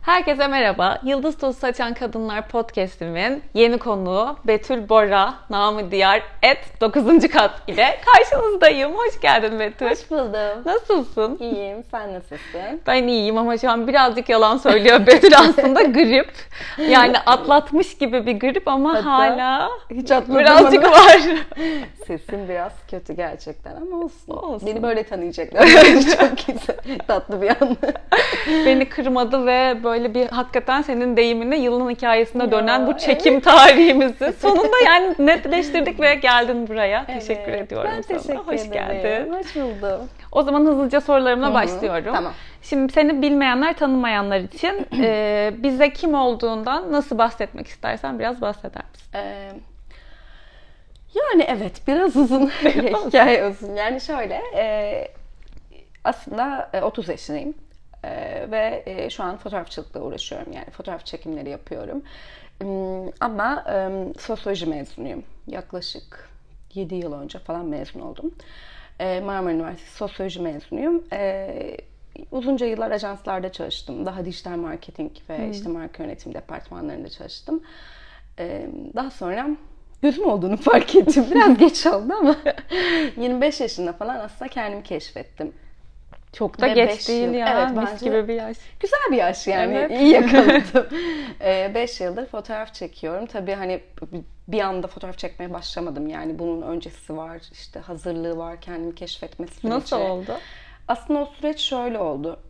Herkese merhaba. Yıldız Tozu Saçan Kadınlar Podcast'imin yeni konuğu Betül Bora, namı diğer @9. kat ile karşınızdayım. Hoş geldin Betül. Hoş buldum. Nasılsın? İyiyim. Sen nasılsın? Ben iyiyim ama şu an birazcık yalan söylüyor Betül, aslında grip. Yani atlatmış gibi bir grip ama Hatta hala hiç atlatamadım. birazcık var. Sesim biraz kötü gerçekten ama olsun. Olsun. Beni böyle tanıyacaklar. Çok güzel, tatlı bir an. Beni kırmadı ve böyle bir hakikaten senin deyimine yılın hikayesine Ya, dönen bu çekim tarihimizi sonunda yani netleştirdik ve geldin buraya. Evet, Teşekkür ediyorum ben sana. teşekkür Hoş ederim. geldin. Hoş buldum. O zaman hızlıca sorularımla Hı hı, başlıyorum. tamam. Şimdi seni bilmeyenler, tanımayanlar için bize kim olduğundan nasıl bahsetmek istersen biraz bahseder misin? Yani evet, biraz uzun hikaye uzun. Yani şöyle, aslında 30 yaşındayım. Ve şu an fotoğrafçılıkla uğraşıyorum. Yani fotoğraf çekimleri yapıyorum. Ama sosyoloji mezunuyum. Yaklaşık 7 yıl önce falan mezun oldum. Marmara Üniversitesi sosyoloji mezunuyum. Uzunca yıllar ajanslarda çalıştım. Daha dijital marketing ve işte marka yönetim departmanlarında çalıştım. Daha sonra gözüm olduğunu fark ettim. Biraz geç oldu ama 25 yaşında falan aslında kendimi keşfettim. Çok da Ve geç değil yıl, ya. evet, Mis gibi bir yaş. Güzel bir yaş yani. Evet. İyi yakaladım. 5 yıldır fotoğraf çekiyorum. Tabii hani bir anda fotoğraf çekmeye başlamadım. Yani bunun öncesi var, işte hazırlığı var, kendimi keşfetme süreci. Nasıl oldu? Aslında o süreç şöyle oldu.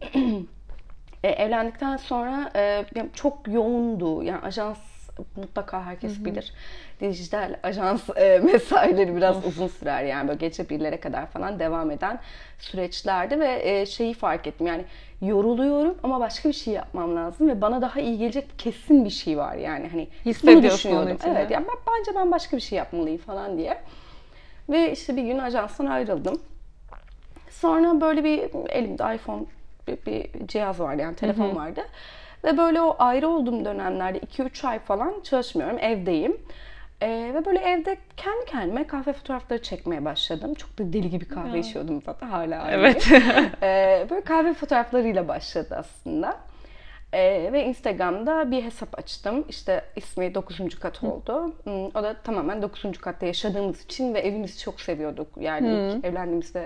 Evlendikten sonra çok yoğundu. Yani ajans, mutlaka herkes bilir. Dijital ajans mesaileri biraz uzun sürer. Yani böyle gece 1'lere kadar falan devam eden süreçlerdi ve şeyi fark ettim. Yani yoruluyorum ama başka bir şey yapmam lazım ve bana daha iyi gelecek kesin bir şey var. Yani hani bunu düşünüyordum. Evet, yani bence ben başka bir şey yapmalıyım falan diye. Ve işte bir gün ajanstan ayrıldım. Sonra böyle bir elimde iPhone bir cihaz vardı, yani telefon vardı. Ve böyle o ayrı olduğum dönemlerde 2-3 ay falan çalışmıyorum, evdeyim. Ve böyle evde kendi kendime kahve fotoğrafları çekmeye başladım. Çok da deli gibi kahve içiyordum zaten, hala öyle. Evet. Böyle kahve fotoğraflarıyla başladı aslında. Ve Instagram'da bir hesap açtım. İşte ismi 9. kat oldu. O da tamamen 9. katta yaşadığımız için ve evimizi çok seviyorduk. Yani ilk evlendiğimizde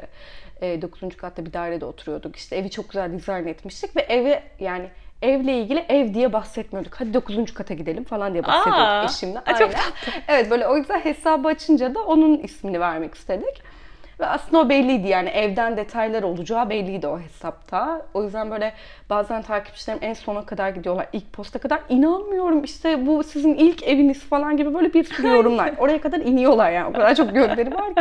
9. katta bir dairede oturuyorduk. İşte evi çok güzel dizayn etmiştik ve evi, yani evle ilgili ev diye bahsetmiyorduk. Hadi 9. kata gidelim falan diye bahsediyorduk eşimle. Aynen. Çok tatlı. Evet, böyle o yüzden hesabı açınca da onun ismini vermek istedik. Ve aslında o belliydi, yani evden detaylar olacağı belliydi o hesapta. O yüzden böyle bazen takipçilerim en sona kadar gidiyorlar. İlk posta kadar inanmıyorum, işte bu sizin ilk eviniz falan gibi böyle bir sürü yorumlar. Oraya kadar iniyorlar yani. O kadar çok gönderi var ki.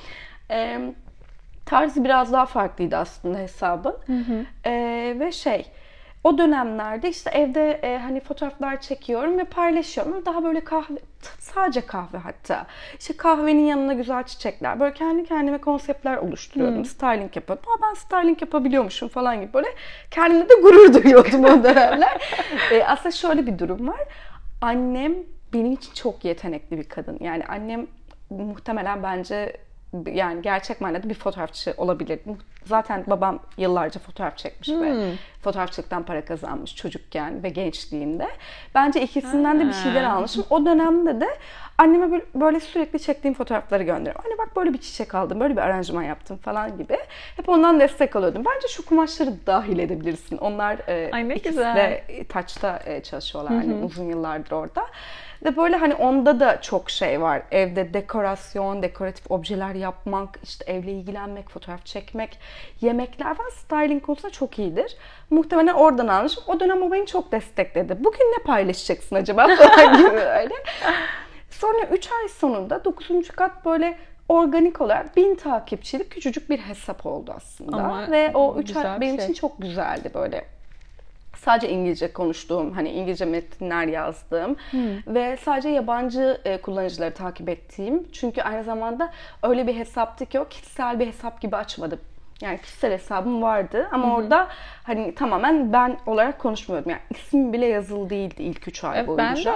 Tarzı biraz daha farklıydı aslında hesabın. Ve o dönemlerde işte evde hani fotoğraflar çekiyorum ve paylaşıyorum. Daha böyle kahve, sadece kahve hatta. İşte kahvenin yanına güzel çiçekler. Böyle kendi kendime konseptler oluşturuyordum. Styling yapıyordum. Ben styling yapabiliyormuşum falan gibi böyle kendimle de gurur duyuyordum o dönemler. Aslında şöyle bir durum var. Annem benim için çok yetenekli bir kadın. Yani annem muhtemelen bence yani gerçek manada bir fotoğrafçı olabilir. Zaten babam yıllarca fotoğraf çekmiş ve fotoğrafçılıktan para kazanmış çocukken ve gençliğinde. Bence ikisinden de bir şeyler almışım. O dönemde de anneme böyle sürekli çektiğim fotoğrafları gönderiyorum. Hani bak, böyle bir çiçek aldım, böyle bir aranjman yaptım falan gibi. Hep ondan destek alıyordum. Bence şu kumaşları dahil edebilirsin. Onlar ikisi de Taç'ta çalışıyorlar. Hani uzun yıllardır orada. Ve böyle hani onda da çok şey var. Evde dekorasyon, dekoratif objeler yapmak, işte evle ilgilenmek, fotoğraf çekmek, yemekler falan, styling konusunda çok iyidir. Muhtemelen oradan almışım. O dönem o beni çok destekledi. Bugün ne paylaşacaksın acaba falan gibi öyle. Sonra 3 ay sonunda 9. kat böyle organik olarak 1000 takipçilik küçücük bir hesap oldu aslında. Ama ve o 3 ay benim için çok güzeldi böyle. Sadece İngilizce konuştuğum, hani İngilizce metinler yazdığım ve sadece yabancı kullanıcıları takip ettiğim. Çünkü aynı zamanda öyle bir hesaptı ki o kişisel bir hesap gibi açmadım. Yani kişisel hesabım vardı ama orada hani tamamen ben olarak konuşmuyordum. Yani ismim bile yazılı değildi ilk 3 ay boyunca. Ben de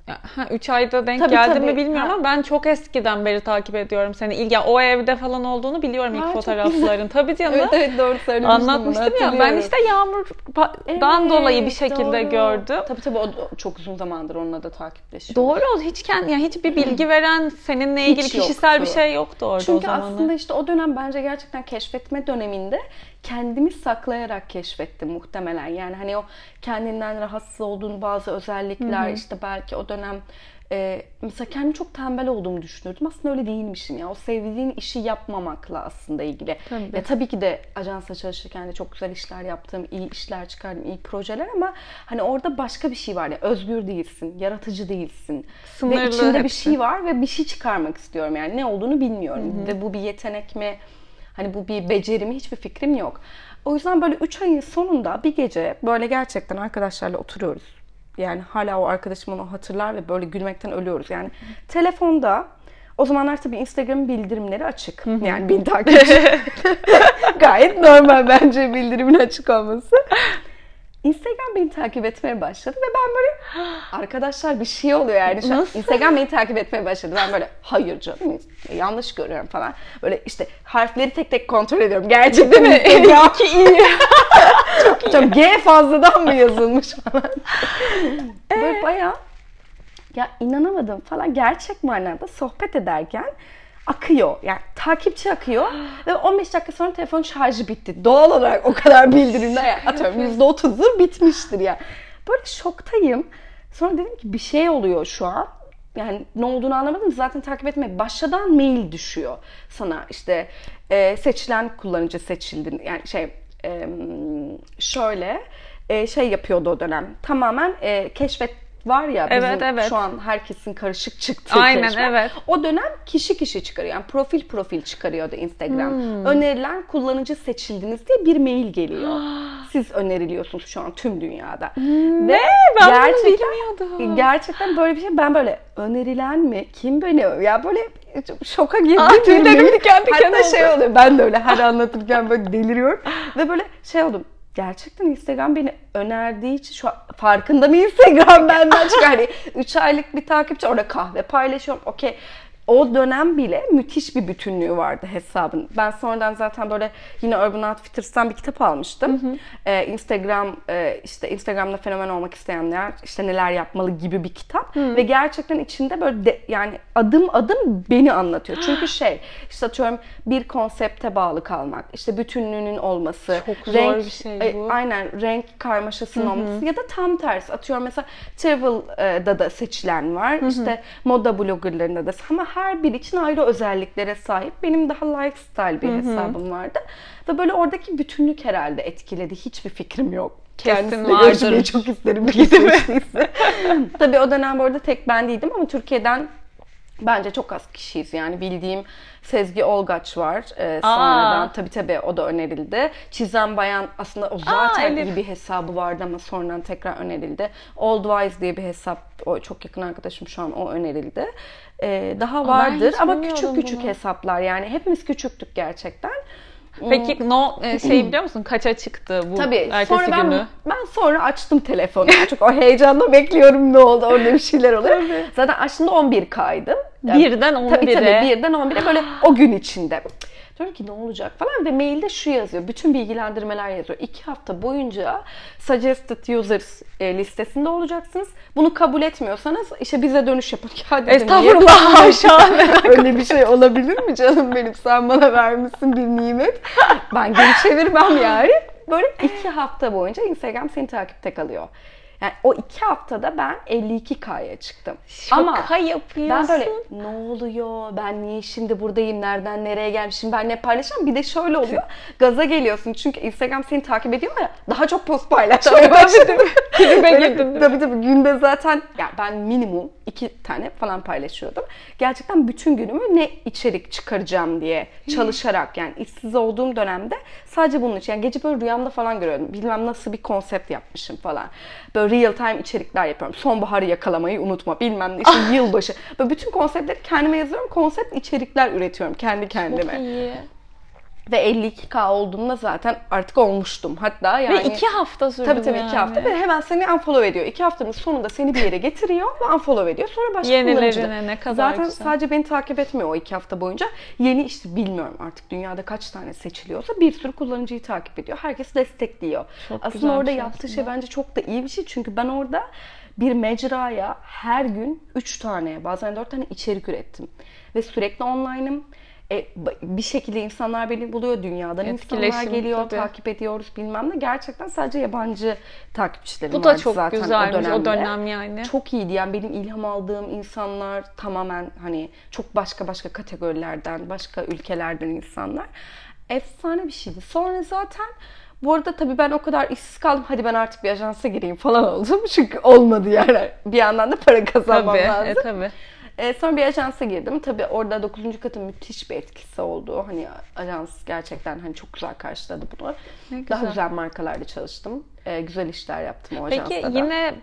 3 ayda denk Tabii, geldi tabii. mi bilmiyorum ama ben çok eskiden beri takip ediyorum seni. Yani o evde falan olduğunu biliyorum ilk çok fotoğrafların. Tabii canım. Evet doğru söylemiştim. Anlatmıştım ya. Ben işte Yağmur'dan dolayı bir şekilde gördüm. Tabii o çok uzun zamandır onunla da takipleşiyorum. Doğru. Hiçbir bilgi veren seninle ilgili kişisel bir şey yoktu orada Çünkü o zamanlar. aslında işte o dönem bence gerçekten keşfetme döneminde kendimi saklayarak keşfettim muhtemelen. Yani hani o kendinden rahatsız olduğun bazı özellikler, işte belki o dönem mesela kendimi çok tembel olduğumu düşünürdüm. Aslında öyle değilmişim ya. O sevdiğin işi yapmamakla aslında ilgili. Tabii ki de ajansa çalışırken de çok güzel işler yaptım, iyi işler çıkardım, iyi projeler ama hani orada başka bir şey var ya. Özgür değilsin, yaratıcı değilsin. Sınırlı ve içinde hepsi. bir şey var ve bir şey çıkarmak istiyorum yani. Ne olduğunu bilmiyorum. Ve bu bir yetenek mi? Hani bu bir beceri mi? Hiçbir fikrim yok. O yüzden böyle 3 ayın sonunda bir gece böyle gerçekten arkadaşlarla oturuyoruz. Yani hala o arkadaşım onu hatırlar ve böyle gülmekten ölüyoruz. Yani telefonda o zamanlar tabii Instagram'ın bildirimleri açık. Yani 1000 takipçi. Gayet normal bence bildirimin açık olması. Instagram beni takip etmeye başladı ve ben böyle arkadaşlar bir şey oluyor yani. Nasıl? Instagram beni takip etmeye başladı. Ben böyle hayır canım yanlış görüyorum falan. Böyle işte harfleri tek tek kontrol ediyorum. Gerçekten mi? Instagram iyi. Çok iyi. G fazladan mı yazılmış falan. Böyle bayağı ya inanamadım falan gerçek manada sohbet ederken akıyor. Yani takipçi akıyor ve 15 dakika sonra telefon şarjı bitti. Doğal olarak o kadar bildirimler ya atıyorum %30'dur bitmiştir ya. Böyle şoktayım. Sonra dedim ki bir şey oluyor şu an. Yani ne olduğunu anlamadım. Zaten takip etmeye başladan mail düşüyor sana. İşte seçilen kullanıcı seçildin. Yani şöyle şey yapıyordu o dönem. Tamamen keşfet var ya bizim şu an herkesin karışık çıktığı keşfet. Evet. O dönem kişi çıkarıyor. Yani profil çıkarıyordu Instagram. Önerilen kullanıcı seçildiniz diye bir mail geliyor. Siz öneriliyorsunuz şu an tüm dünyada. Ve ben bunu bilmiyordum. Gerçekten böyle bir şey. Ben böyle önerilen mi? Kim beni? Ya böyle şoka girdim. Tüylerim diken diken oldu. Hatta şey oluyor. Ben de öyle her anlatırken böyle deliriyorum. Ve böyle şey oldum. Gerçekten Instagram beni önerdiği için şu an farkında mı Instagram benden çıkıyor. Hani 3 aylık bir takipçi orada kahve paylaşıyorum. Okey. O dönem bile müthiş bir bütünlüğü vardı hesabın. Ben sonradan zaten böyle yine Urban Outfitters'tan bir kitap almıştım. İşte Instagram'da fenomen olmak isteyenler işte neler yapmalı gibi bir kitap. Ve gerçekten içinde böyle yani adım adım beni anlatıyor. Çünkü işte atıyorum bir konsepte bağlı kalmak, işte bütünlüğünün olması. Çok zor bir şey bu. Aynen renk karmaşasının olması ya da tam tersi. Atıyorum mesela travel'da da seçilen var. İşte moda bloggerlarında da ama her biri için ayrı özelliklere sahip. Benim daha lifestyle bir hesabım vardı. Ve böyle oradaki bütünlük herhalde etkiledi. Hiçbir fikrim yok. Kesin vardır. Görüşmeyi çok isterim. Tabii o dönem bu arada tek ben değildim ama Türkiye'den bence çok az kişiyiz. Yani bildiğim Sezgi Olgaç var. Sonradan tabii o da önerildi. Çizen Bayan aslında o zaten iyi bir hesabı vardı ama sonradan tekrar önerildi. Old Wise diye bir hesap. O çok yakın arkadaşım şu an o önerildi. Daha vardır ama küçük hesaplar yani hepimiz küçüktük gerçekten. Peki biliyor musun? Kaça çıktı bu ertesi günü? Ben sonra açtım telefonu. Çünkü o heyecanla bekliyorum ne oldu. Orada bir şeyler oluyor. Zaten açtığımda 11K'ydım. Birden 11'e. Tabii birden 11'e böyle o gün içinde. Diyorum ki ne olacak falan ve mailde şu yazıyor. Bütün bilgilendirmeler yazıyor. 2 hafta boyunca suggested users listesinde olacaksınız. Bunu kabul etmiyorsanız işte bize dönüş yapın. Estağfurullah haşa. Öyle bir şey olabilir mi canım benim? Sen bana vermişsin bir nimet. Ben geri çevirmem yani. Böyle 2 hafta boyunca Instagram seni takipte kalıyor. Yani o 2 haftada ben 52K'ya çıktım. Şaka yapıyorsun. Ben böyle ne oluyor? Ben niye şimdi buradayım? Nereden nereye gelmişim? Ben ne paylaşacağım? Bir de şöyle oluyor. Gaza geliyorsun. Çünkü Instagram seni takip ediyor ya. Daha çok post paylaşmaya başladım. Tribe girdim. Tabii günde zaten ya ben minimum 2 tane falan paylaşıyordum. Gerçekten bütün günümü ne içerik çıkaracağım diye çalışarak yani işsiz olduğum dönemde sadece bunun için. Yani gece böyle rüyamda falan görüyordum. Bilmem nasıl bir konsept yapmışım falan. Böyle real time içerikler yapıyorum. Sonbaharı yakalamayı unutma. Bilmem ne işte yılbaşı. Böyle bütün konseptleri kendime yazıyorum. Konsept içerikler üretiyorum kendi kendime. Çok iyi. Ve 52K olduğumda zaten artık olmuştum. Hatta yani... Ve 2 hafta sürdü Tabii yani. 2 hafta ve hemen seni unfollow ediyor. 2 haftanın sonunda seni bir yere getiriyor ve unfollow ediyor. Sonra başka Yenilerine ne kadar zaten güzel. sadece beni takip etmiyor o 2 hafta boyunca. Yeni işte bilmiyorum artık dünyada kaç tane seçiliyorsa bir sürü kullanıcıyı takip ediyor. Herkes destekliyor. Çok Aslında orada şey yaptığı şey bence çok da iyi bir şey. Çünkü ben orada bir mecraya her gün 3 tane bazen 4 tane içerik ürettim. Ve sürekli online'ım. Bir şekilde insanlar beni buluyor, dünyadan insanlar geliyor, tabii. Takip ediyoruz bilmem ne. Gerçekten sadece yabancı takipçilerim vardı zaten. Bu da çok güzelmiş o dönem yani. Çok iyiydi yani benim ilham aldığım insanlar tamamen hani çok başka kategorilerden, başka ülkelerden insanlar. Efsane bir şeydi. Sonra zaten bu arada tabii ben o kadar işsiz kaldım. Hadi ben artık bir ajansa gireyim falan oldum. Çünkü olmadı yani. Bir yandan da para kazanmam lazım. Tabii. Sonra bir ajansa girdim. Tabii orada 9. katın müthiş bir etkisi oldu. Hani ajans gerçekten hani çok güzel karşıladı bunu. Daha güzel markalarla çalıştım. Güzel işler yaptım o ajansta da. Peki yine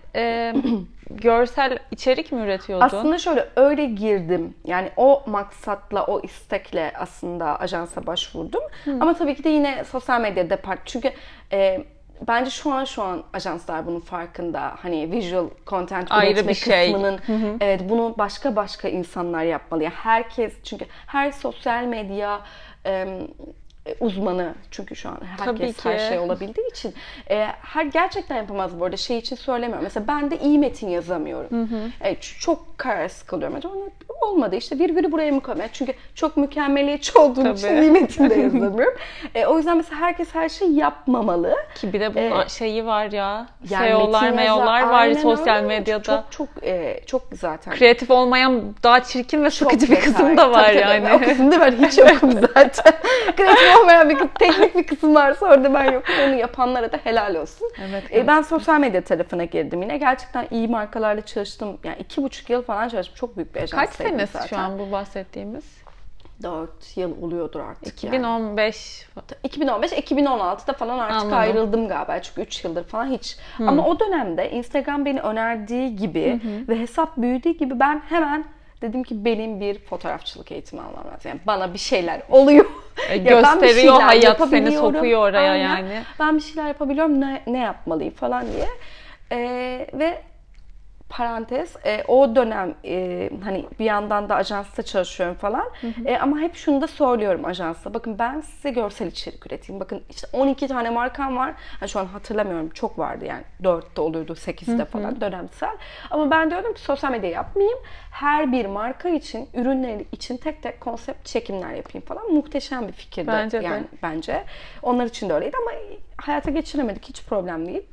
görsel içerik mi üretiyordun? Aslında şöyle öyle girdim. Yani o maksatla, o istekle aslında ajansa başvurdum. Ama tabii ki de yine sosyal medya depart. Çünkü bence şu an ajanslar bunun farkında. Hani visual content üretme kısmının evet bunu başka insanlar yapmalı. Yani herkes çünkü her sosyal medya uzmanı çünkü şu an herkes her şey olabildiği için gerçekten yapamaz bu arada şey için söylemiyorum. Mesela ben de iyi metin yazamıyorum. Çok kararsız kalıyorum. Acaba olmadı işte virgülü buraya mı koyayım? Çünkü çok mükemmeliyetçi olduğum için iyi metin de yazamıyorum. O yüzden mesela herkes her şeyi yapmamalı. Ki bir de bunun şeyi var ya. Yani SEO'lar var sosyal medyada. Çok zaten. Kreatif olmayan daha çirkin ve sıkıcı bir kısım da var yani. O kısımda ben hiç yokum zaten. Kreatif olmayan bir teknik bir kısım varsa orada ben yokum. Onu yapanlara da helal olsun. Evet. Ben sosyal medya tarafına girdim yine. Gerçekten iyi markalarla çalıştım. Yani 2,5 yıl falan çalıştım. Çok büyük bir ajanstaydım zaten. Kaç senesi şu an bu bahsettiğimiz? 4 yıl oluyordur artık 2015. Yani. 2015-2016'da falan artık ayrıldım galiba. Çünkü 3 yıldır falan hiç. Ama o dönemde Instagram beni önerdiği gibi ve hesap büyüdüğü gibi ben hemen dedim ki benim bir fotoğrafçılık eğitimi almam lazım. Yani bana bir şeyler oluyor. Gösteriyor hayat seni sokuyor oraya yani. Ben bir şeyler yapabiliyorum ne yapmalıyım falan diye. Ve parantez o dönem hani bir yandan da ajansta çalışıyorum falan ama hep şunu da söylüyorum ajansta bakın ben size görsel içerik üreteyim bakın işte 12 tane markam var hani şu an hatırlamıyorum çok vardı yani 4'te oluyordu 8'de falan dönemsel ama ben diyorum ki sosyal medya yapmayayım her bir marka için ürünleri için tek tek konsept çekimler yapayım falan muhteşem bir fikirdi bence onlar için de öyleydi ama hayata geçiremedik hiç problem değil.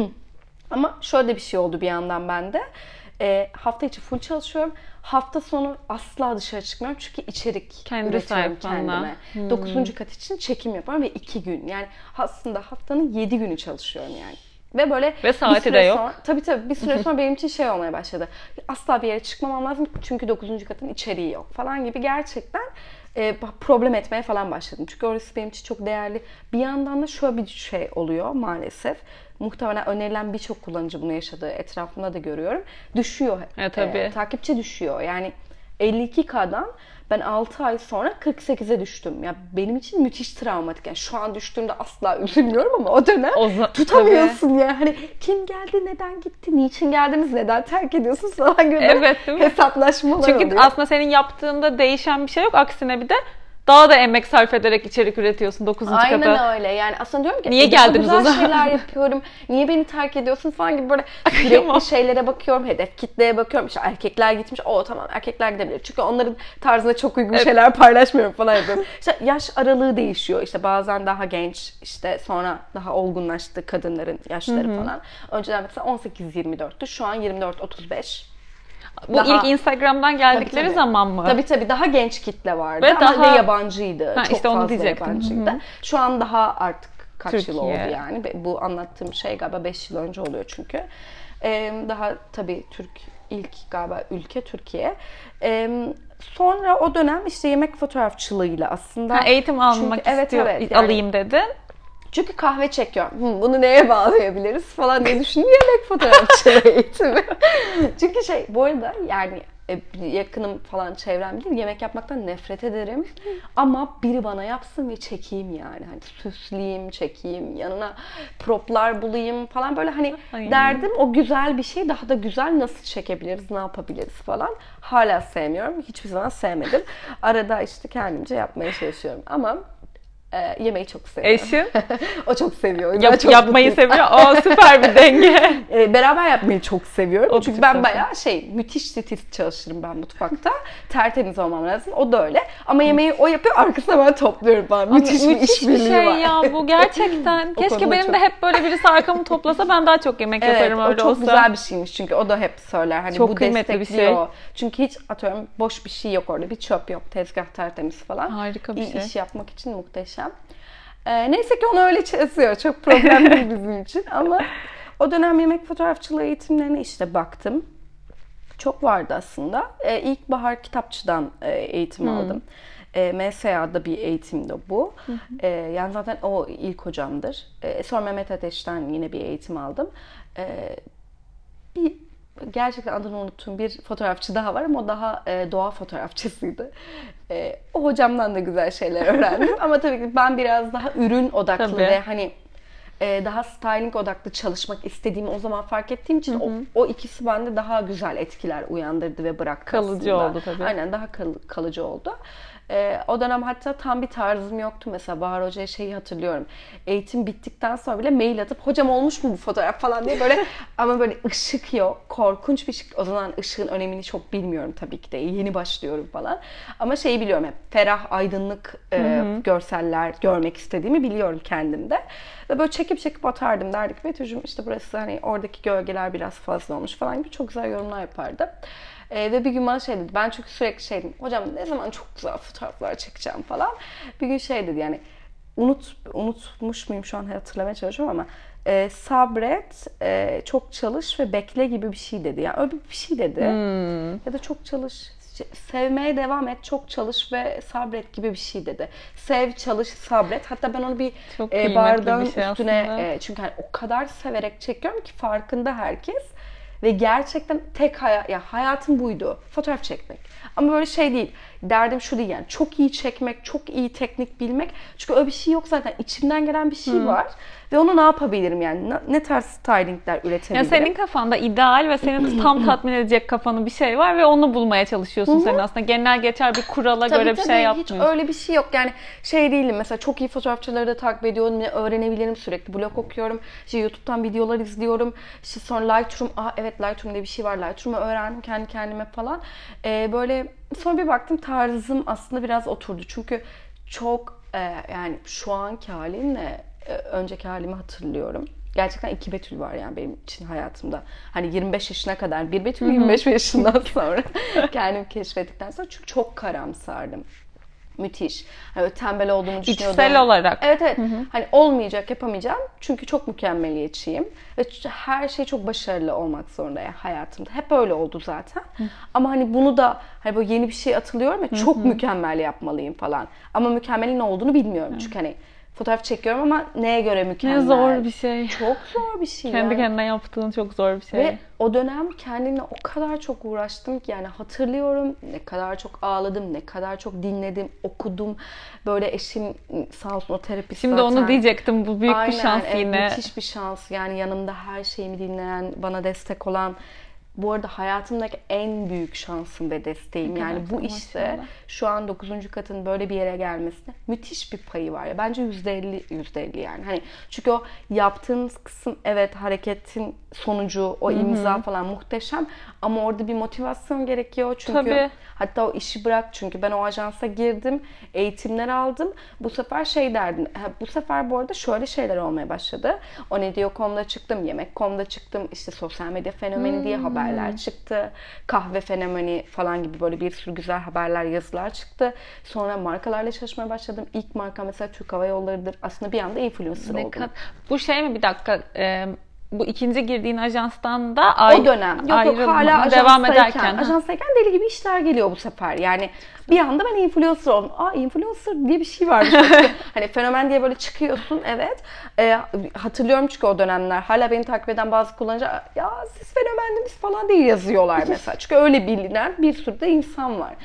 Ama şöyle bir şey oldu bir yandan bende. Hafta içi full çalışıyorum. Hafta sonu asla dışarı çıkmıyorum. Çünkü içerik üretiyorum kendime. 9. kat için çekim yapıyorum ve 2 gün. Yani aslında haftanın 7 günü çalışıyorum yani. Ve böyle ve saati de yok. Sonra, tabii bir süre sonra benim için şey olmaya başladı. Asla bir yere çıkmamam lazım çünkü 9. katın içeriği yok falan gibi gerçekten problem etmeye falan başladım. Çünkü orası benim için çok değerli. Bir yandan da şöyle bir şey oluyor maalesef. Muhtemelen önerilen birçok kullanıcı bunu yaşadığı etrafımda da görüyorum. Düşüyor. Tabii. Takipçi düşüyor. Yani 52K'dan ben 6 ay sonra 48'e düştüm. Ya benim için müthiş travmatik. Yani şu an düştüğümde asla üzülmüyorum ama o dönem tutamıyorsun ya. Hani kim geldi, neden gitti, niçin geldiniz, neden terk ediyorsunuz falan gibi hesaplaşmalar oluyor. Çünkü aslında senin yaptığında değişen bir şey yok. Aksine bir de daha da emek sarf ederek içerik üretiyorsun 9. kata. Aynen öyle. Yani aslında diyorum ki niye geldiniz o zaman? şeyler yapıyorum. Niye beni terk ediyorsun falan gibi böyle sürekli şeylere bakıyorum. Hedef kitleye bakıyorum. İşte erkekler gitmiş. Tamam erkekler gidebilir. Çünkü onların tarzına çok uygun şeyler paylaşmıyorum falan yapıyorum. İşte yaş aralığı değişiyor. İşte bazen daha genç işte sonra daha olgunlaştı kadınların yaşları falan. Önceden mesela 18-24'tü. Şu an 24-35. Bu ilk Instagram'dan geldikleri zaman mı? Tabii daha genç kitle vardı ama yabancıydı. Çok işte fazla yabancıydı. Şu an daha artık kaç yıl oldu yani. Bu anlattığım şey galiba 5 yıl önce oluyor çünkü. Daha tabii ilk galiba ülke Türkiye. Sonra o dönem işte yemek fotoğrafçılığıyla aslında. Eğitim almak istiyor, alayım dedin. Çünkü kahve çekiyorum. Bunu neye bağlayabiliriz falan diye düşündüm. Yemek fotoğrafçılığı eğitimi. Çünkü bu arada yani yakınım falan çevrem bilir. Yemek yapmaktan nefret ederim. Ama biri bana yapsın ve çekeyim yani. Hani süsleyeyim, çekeyim, yanına proplar bulayım falan böyle hani derdim o güzel bir şey daha da güzel nasıl çekebiliriz, ne yapabiliriz falan. Hala sevmiyorum. Hiçbir zaman sevmedim. Arada işte kendimce yapmaya çalışıyorum ama yemeği çok seviyorum. Eşin? O çok seviyor. Yapmayı seviyor. O süper bir denge. Beraber yapmayı çok seviyorum. O Çünkü ben bayağı müthiş titiz çalışırım ben mutfakta. Tertemiz olmam lazım. O da öyle. Ama yemeği o yapıyor, arkasına ben topluyorum falan. Müthiş bir işbirliği şey var. ya bu gerçekten. Keşke benim de hep böyle birisi arkamı toplasa, ben daha çok yemek yaparım öyle olsa. O çok güzel bir şeymiş çünkü o da hep söyler. Hani çok bu kıymetli bir şey. Çünkü hiç atıyorum boş bir şey yok orada. Bir çöp yok. Tezgah tertemiz falan. Harika bir şey. İş yapmak için muhteşem. Neyse ki onu öyle çözüyor. Çok problem değil bizim için ama o dönem yemek fotoğrafçılığı eğitimlerine işte baktım. Çok vardı aslında. İlkbahar Kitapçı'dan eğitim aldım. MSA'da bir eğitimdi bu. Yani zaten o ilk hocamdır. Sonra Mehmet Ateş'ten yine bir eğitim aldım. Bir gerçekten adını unuttuğum bir fotoğrafçı daha var ama o daha doğa fotoğrafçısıydı. O hocamdan da güzel şeyler öğrendim. Ama tabii ki ben biraz daha ürün odaklı ve hani daha styling odaklı çalışmak istediğimi o zaman fark ettiğim için o ikisi bende daha güzel etkiler uyandırdı ve bıraktı kalıcı aslında. oldu tabii. Aynen, daha kalıcı oldu. O dönem hatta tam bir tarzım yoktu. Mesela Bahar Hoca'ya şeyi hatırlıyorum. Eğitim bittikten sonra bile mail atıp hocam olmuş mu bu fotoğraf falan diye böyle ama böyle ışık yok. Korkunç bir ışık. O zaman ışığın önemini çok bilmiyorum tabii ki de. Yeni başlıyorum falan. Ama şeyi biliyorum hep. Ferah, aydınlık görseller görmek istediğimi biliyorum kendimde. Ve böyle çekip atardım. Derdik Betül'cüğüm işte burası hani oradaki gölgeler biraz fazla olmuş falan gibi çok güzel yorumlar yapardı. Ve bir gün bana şey dedi, ben çünkü sürekli şey dedim, hocam ne zaman çok güzel fotoğraflar çekeceğim falan. Bir gün şey dedi yani, unutmuş muyum şu an hatırlamaya çalışıyorum ama sabret, çok çalış ve bekle gibi bir şey dedi. Yani öyle bir şey dedi. Ya da çok çalış, sevmeye devam et, çok çalış ve sabret gibi bir şey dedi. Sev, çalış, sabret. Hatta ben onu bir bardağın bir şey üstüne çünkü hani o kadar severek çekiyorum ki farkında herkes. Ve gerçekten tek hayatım buydu. Fotoğraf çekmek. Ama böyle şey değil. Derdim şu değil yani. Çok iyi çekmek, çok iyi teknik bilmek. Çünkü öyle bir şey yok zaten. İçimden gelen bir şey var. Ve onu ne yapabilirim yani? Ne tarz stylingler üretebilirim? Ya senin kafanda ideal ve seni tam tatmin edecek kafanı bir şey var ve onu bulmaya çalışıyorsun sen aslında. Genel geçer bir kurala göre bir şey yapmıyorsun. Hiç öyle bir şey yok. Yani şey değilim mesela, çok iyi fotoğrafçıları da takip ediyorum. Öğrenebilirim sürekli. Blog okuyorum. İşte YouTube'dan videolar izliyorum. İşte sonra Lightroom. Evet, Lightroom diye bir şey var. Lightroom'u öğrendim kendi kendime falan. Böyle sonra bir baktım tarzım aslında biraz oturdu. Çünkü çok yani şu anki halimle önceki halimi hatırlıyorum. Gerçekten iki Betül var yani benim için hayatımda. Hani 25 yaşına kadar bir Betül, 25 yaşından sonra kendimi keşfettikten sonra çünkü çok karamsardım. Müthiş. Hani tembel olduğumu düşünüyordum. İçsel olarak. Evet. Hani olmayacak, yapamayacağım. Çünkü çok mükemmeliyetçiyim. Ve her şey çok başarılı olmak zorunda yani hayatımda. Hep öyle oldu zaten. Ama hani bunu da hani böyle yeni bir şey atılıyorum ya, çok mükemmel yapmalıyım falan. Ama mükemmelin ne olduğunu bilmiyorum. Çünkü hani fotoğraf çekiyorum ama neye göre mükemmel? Ne zor bir şey. Çok zor bir şey. Kendi yani. kendine yaptığın çok zor bir şey. Ve o dönem kendimle o kadar çok uğraştım ki yani hatırlıyorum ne kadar çok ağladım, ne kadar çok dinledim, okudum. Böyle eşim sağ olsun o terapist Şimdi zaten. onu diyecektim, bu büyük Aynen, bir şans yine. Müthiş bir şans yani, yanımda her şeyimi dinleyen, bana destek olan. Bu arada hayatımdaki en büyük şansım ve desteğim. Yani bu işte şu an 9. katın böyle bir yere gelmesine müthiş bir payı var. Ya bence %50 yani. Hani çünkü o yaptığınız kısım, evet, hareketin sonucu, o imza falan muhteşem ama orada bir motivasyon gerekiyor. Çünkü hatta o işi bırak, çünkü ben o ajansa girdim, eğitimler aldım. Bu sefer şey derdim. Bu sefer bu arada şöyle şeyler olmaya başladı. O ne diyor.com'da çıktım, yemek.com'da çıktım. İşte sosyal medya fenomeni diye haberler çıktı. Kahve fenomeni falan gibi böyle bir sürü güzel haberler, yazılar çıktı. Sonra markalarla çalışmaya başladım. İlk marka mesela Türk Hava Yolları'dır. Aslında bir anda influencer oldum. Bu şey mi, bir dakika, bu ikinci girdiğin ajanstan da o dönem. Yok hala devam ederken. Ajanstayken deli gibi işler geliyor bu sefer. Yani bir anda ben influencer oldum. Influencer diye bir şey varmış. Hani fenomen diye böyle çıkıyorsun, evet. Hatırlıyorum çünkü o dönemler. Hala beni takip eden bazı kullanıcı ya siz fenomendiniz falan diye yazıyorlar mesela. Çünkü öyle bilinen bir sürü de insan var.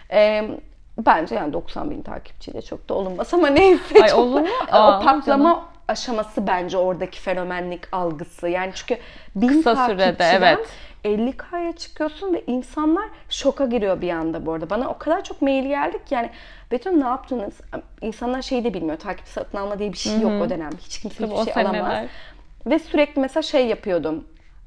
Bence yani 90.000 takipçiyle çok da olunmaz ama neyse. Ay, olur mu? O patlama aşaması bence oradaki fenomenlik algısı. Yani çünkü 1000 kısa sürede, evet. 50K'ya çıkıyorsun ve insanlar şoka giriyor bir anda bu arada. Bana o kadar çok mail geldi ki yani Betül ne yaptınız? İnsanlar şeyi de bilmiyor. Takip satın alma diye bir şey yok o dönem. Hiç kimse hiçbir şey alamaz. Ve sürekli mesela şey yapıyordum.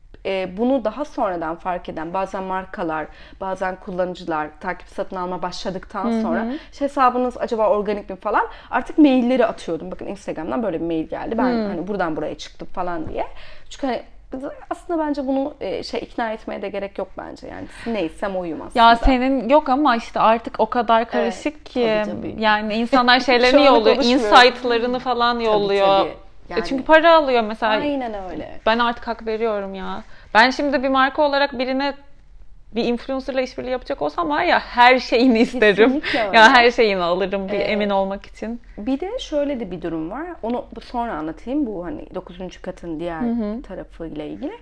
Bunu daha sonradan fark eden bazen markalar, bazen kullanıcılar takip satın alma başladıktan sonra hesabınız acaba organik mi falan artık mailleri atıyordum. Bakın Instagram'dan böyle bir mail geldi. Ben hani buradan buraya çıktım falan diye. Çünkü hani aslında bence bunu ikna etmeye de gerek yok bence. Yani neysem oyum aslında. Ya senin yok ama işte artık o kadar karışık ki. Tabii. Yani insanlar şeylerini yolluyor, insight'larını falan yolluyor. Tabii. Yani, çünkü para alıyor mesela. Aynen öyle. Ben artık hak veriyorum ya. Ben şimdi bir marka olarak birine bir influencer'la işbirliği yapacak olsam var ya her şeyini isterim. Ya her şeyini alırım bir emin olmak için. Bir de şöyle de bir durum var. Onu sonra anlatayım. Bu hani 9. katın diğer tarafıyla ilgili.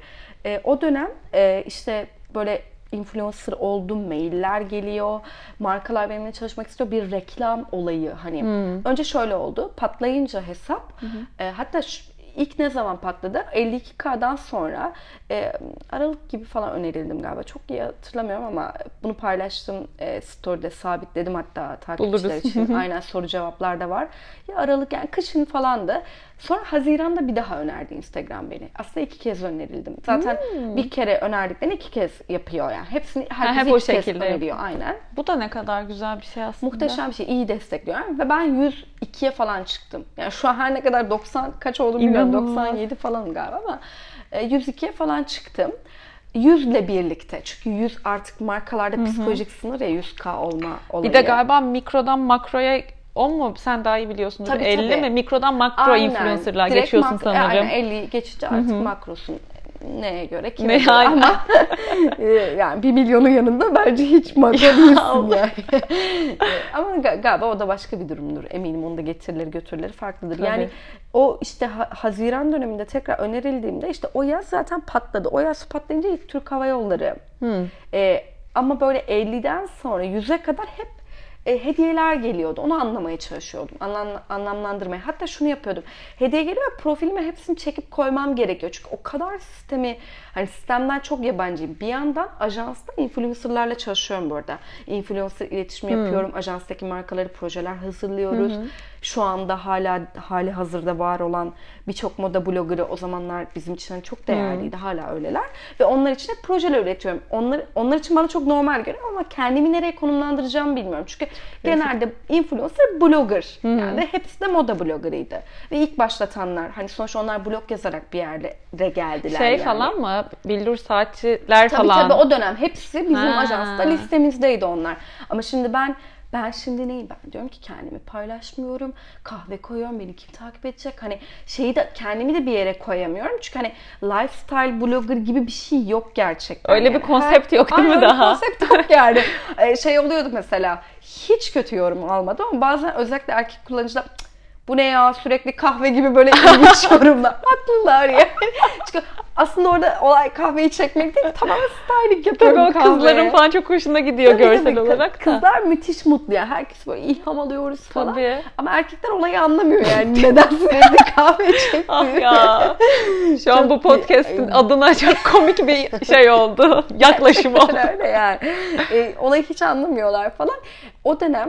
O dönem işte böyle influencer oldum, mailler geliyor. Markalar benimle çalışmak istiyor. Bir reklam olayı hani. Önce şöyle oldu. Patlayınca hesap hatta İlk ne zaman patladı? 52K'dan sonra Aralık gibi falan önerildim galiba. Çok iyi hatırlamıyorum ama bunu paylaştım story'de sabitledim hatta takipçiler için. Aynen soru cevaplar da var. Ya Aralık yani kışın falandı. Sonra Haziran'da bir daha önerdi Instagram beni. Aslında 2 kez önerildim. Zaten bir kere önerdiklerini 2 kez yapıyor yani. Hepsini herkes hep o 2 kez şekilde öneriyor aynen. Bu da ne kadar güzel bir şey aslında. Muhteşem bir şey. İyi destekliyor. Ve ben 102'ye falan çıktım. Yani şu an her ne kadar 90 kaç olduğunu bilmiyorum. 97 falan galiba ama 102'ye falan çıktım. 100 ile birlikte. Çünkü 100 artık markalarda psikolojik sınır ya 100K olma olayı. Bir de galiba mikrodan makroya o mu? Sen daha iyi biliyorsundur. Tabii, 50 tabii. mi? Mikrodan makro influencer'lar geçiyorsun sanırım. Aynen 50 geçince artık makrosun. Neye göre? Kime ne göre? Ama yani 1 milyonun yanında bence hiç makro değilsin yani. Ama galiba o da başka bir durumdur. Eminim onun da getirileri götürüleri farklıdır. Tabii. Yani o işte Haziran döneminde tekrar önerildiğimde işte o yaz zaten patladı. O yaz patlayınca ilk Türk Hava Yolları. Ama böyle 50'den sonra 100'e kadar hep hediyeler geliyordu. Onu anlamaya çalışıyordum. Anlamlandırmaya. Hatta şunu yapıyordum. Hediye geliyor ve profilime hepsini çekip koymam gerekiyor. Çünkü o kadar sistemden çok yabancıyım. Bir yandan ajansta influencerlarla çalışıyorum bu arada. Influencer iletişimi yapıyorum. Ajanstaki markaları projeler hazırlıyoruz. Şu anda hali hazırda var olan birçok moda bloggerı o zamanlar bizim için çok değerliydi. Hala öyleler. Ve onlar için de projeler üretiyorum. Onlar için bana çok normal geliyor ama kendimi nereye konumlandıracağımı bilmiyorum. Çünkü genelde influencer blogger. Yani hepsi de moda bloggerıydı. Ve ilk başlatanlar hani sonuçta onlar blog yazarak bir yerlere geldiler yani. Falan mı? Billur saatçiler falan. Tabii o dönem hepsi bizim ajansta listemizdeydi onlar. Ama şimdi ben şimdi neyim? Ben diyorum ki kendimi paylaşmıyorum. Kahve koyuyorum. Beni kim takip edecek? Hani kendimi de bir yere koyamıyorum. Çünkü hani lifestyle blogger gibi bir şey yok gerçekten. Öyle bir konsept yok değil mi daha? Konsept yok yani. Oluyordu mesela. Hiç kötü yorum almadım ama bazen özellikle erkek kullanıcılar bu ne ya sürekli kahve gibi böyle ilginç yorumlar. Haklılar yani. Çünkü aslında orada olay kahveyi çekmek değil, tamamen styling yapıyorum kahveye. Kızların falan çok hoşuna gidiyor görsel olarak da. Kızlar müthiş mutlu ya. Herkes böyle ilham alıyoruz falan. Tabii. Ama erkekler olayı anlamıyor yani. Neden sürekli kahve çektiğini. Ah ya. Şu an bu podcast'in adına çok komik bir şey oldu. Yaklaşım oldu. Öyle yani. Olayı hiç anlamıyorlar falan. O dönem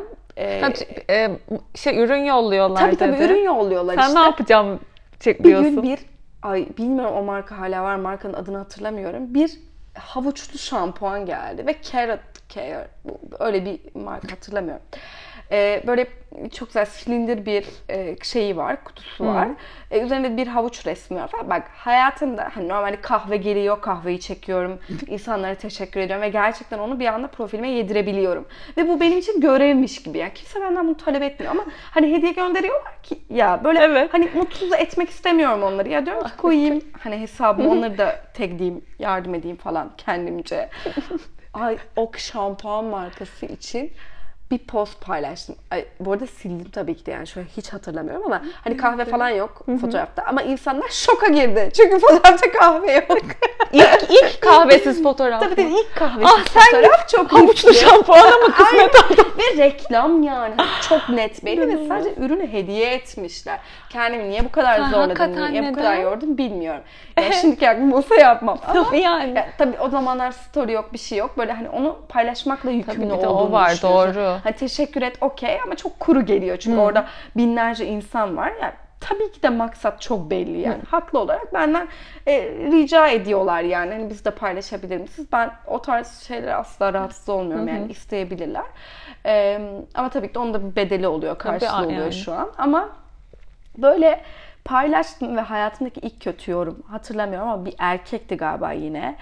ürün yolluyorlar dedi. Tabii ürün yolluyorlar Sen işte. ne yapacağım diyorsun? Bir gün bilmiyorum o marka hala var. Markanın adını hatırlamıyorum. Bir havuçlu şampuan geldi ve Carrot Care öyle bir marka hatırlamıyorum. Böyle çok güzel silindir bir şeyi var, kutusu var. Üzerinde bir havuç resmi var falan. Bak hayatımda hani normalde kahve geliyor, kahveyi çekiyorum. İnsanlara teşekkür ediyorum ve gerçekten onu bir anda profilime yedirebiliyorum. Ve bu benim için görevmiş gibi. Yani kimse benden bunu talep etmiyor ama hani hediye gönderiyorlar ki ya böyle hani mutsuz etmek istemiyorum onları. Ya diyorum ki koyayım hani hesabıma onları da tagleyeyim, yardım edeyim falan kendimce. Ay o şampuan markası için bir post paylaştım. Ay, bu arada sildim tabii ki de yani şöyle hiç hatırlamıyorum ama hani kahve falan yok fotoğrafta ama insanlar şoka girdi. Çünkü fotoğrafta kahve yok. İlk kahvesiz fotoğraf. Tabii tabii ilk kahvesiz fotoğraf çok havuçlu şampuana mı kısmet oldu? Ve reklam yani çok net belli ve sadece ürünü hediye etmişler. Kendimi niye bu kadar zorladım, niye bu kadar yordum bilmiyorum. Yani şimdiki aklım olsa yapmam ama tabii yani. Ya, tabii o zamanlar story yok, bir şey yok. Böyle hani onu paylaşmakla yükümlü olduğunu o var, düşünüyorsun. doğru. Hani teşekkür et okey ama çok kuru geliyor. Çünkü orada binlerce insan var. Yani tabii ki de maksat çok belli yani. Haklı olarak benden rica ediyorlar yani. Hani biz de paylaşabilir misiniz? Ben o tarz şeylere asla rahatsız olmuyorum yani isteyebilirler. Ama tabii ki de onun da bir bedeli oluyor, karşılığı oluyor yani. Şu an. Ama böyle paylaştım ve hayatımdaki ilk kötü yorum hatırlamıyorum ama bir erkekti galiba yine.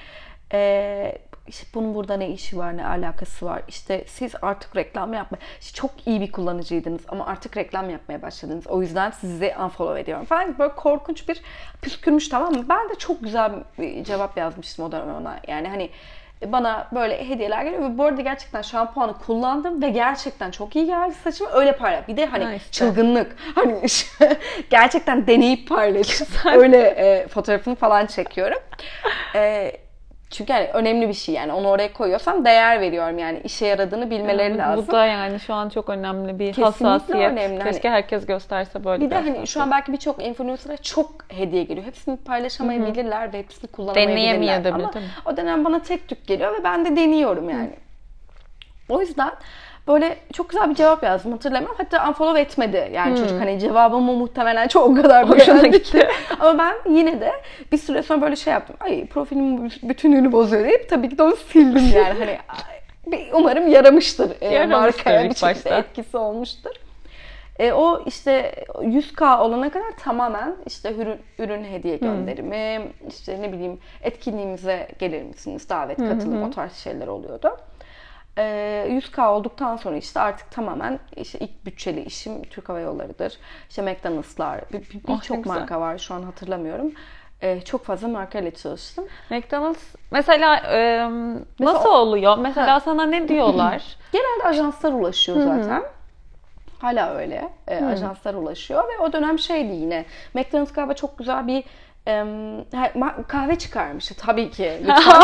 İşte bunun burada ne işi var, ne alakası var? İşte siz artık reklam yapmayın. İşte çok iyi bir kullanıcıydınız ama artık reklam yapmaya başladınız. O yüzden sizi unfollow ediyorum falan. Böyle korkunç bir püskürmüş, tamam mı? Ben de çok güzel bir cevap yazmıştım o dönem ona. Yani hani bana böyle hediyeler geliyor ve bu arada gerçekten şampuanı kullandım ve gerçekten çok iyi geldi saçıma, öyle paylaş. Bir de hani çılgınlık. Hani gerçekten deneyip paylaş. Öyle fotoğrafını falan çekiyorum. Çünkü yani önemli bir şey yani onu oraya koyuyorsam değer veriyorum yani işe yaradığını bilmeleri lazım. Bu da yani şu an çok önemli bir hassasiyet. Önemli. Keşke herkes gösterse böyle bir de hani şu an belki birçok influencer'a çok hediye geliyor. Hepsini paylaşamayabilirler ve hepsini kullanamayabilirler. Ama o dönem bana tek tük geliyor ve ben de deniyorum yani. O yüzden böyle çok güzel bir cevap yazdım, hatırlamıyorum. Hatta unfollow etmedi yani çocuk, hani cevabımı muhtemelen çok o kadar hoşuna gitti. Ama ben yine de bir süre sonra böyle şey yaptım. Ay profilimin bütünlüğünü bozuyor deyip tabii ki de onu sildim yani. Hani umarım yaramıştır. Markaya bir şekilde etkisi olmuştur. O işte 100K olana kadar tamamen işte ürün hediye gönderimi, işte ne bileyim etkinliğimize gelir misiniz, davet, katılım, o tarz şeyler oluyordu. 100K olduktan sonra işte artık tamamen işte ilk bütçeli işim Türk Hava Yolları'dır. İşte McDonald'slar, birçok marka var şu an hatırlamıyorum. Çok fazla markayla çalıştım. McDonald's mesela nasıl oluyor? Mesela sana ne diyorlar? Genelde ajanslar ulaşıyor zaten. Hala öyle. Ajanslar ulaşıyor ve o dönem şeydi yine. McDonald's galiba çok güzel bir kahve çıkarmıştı tabii ki.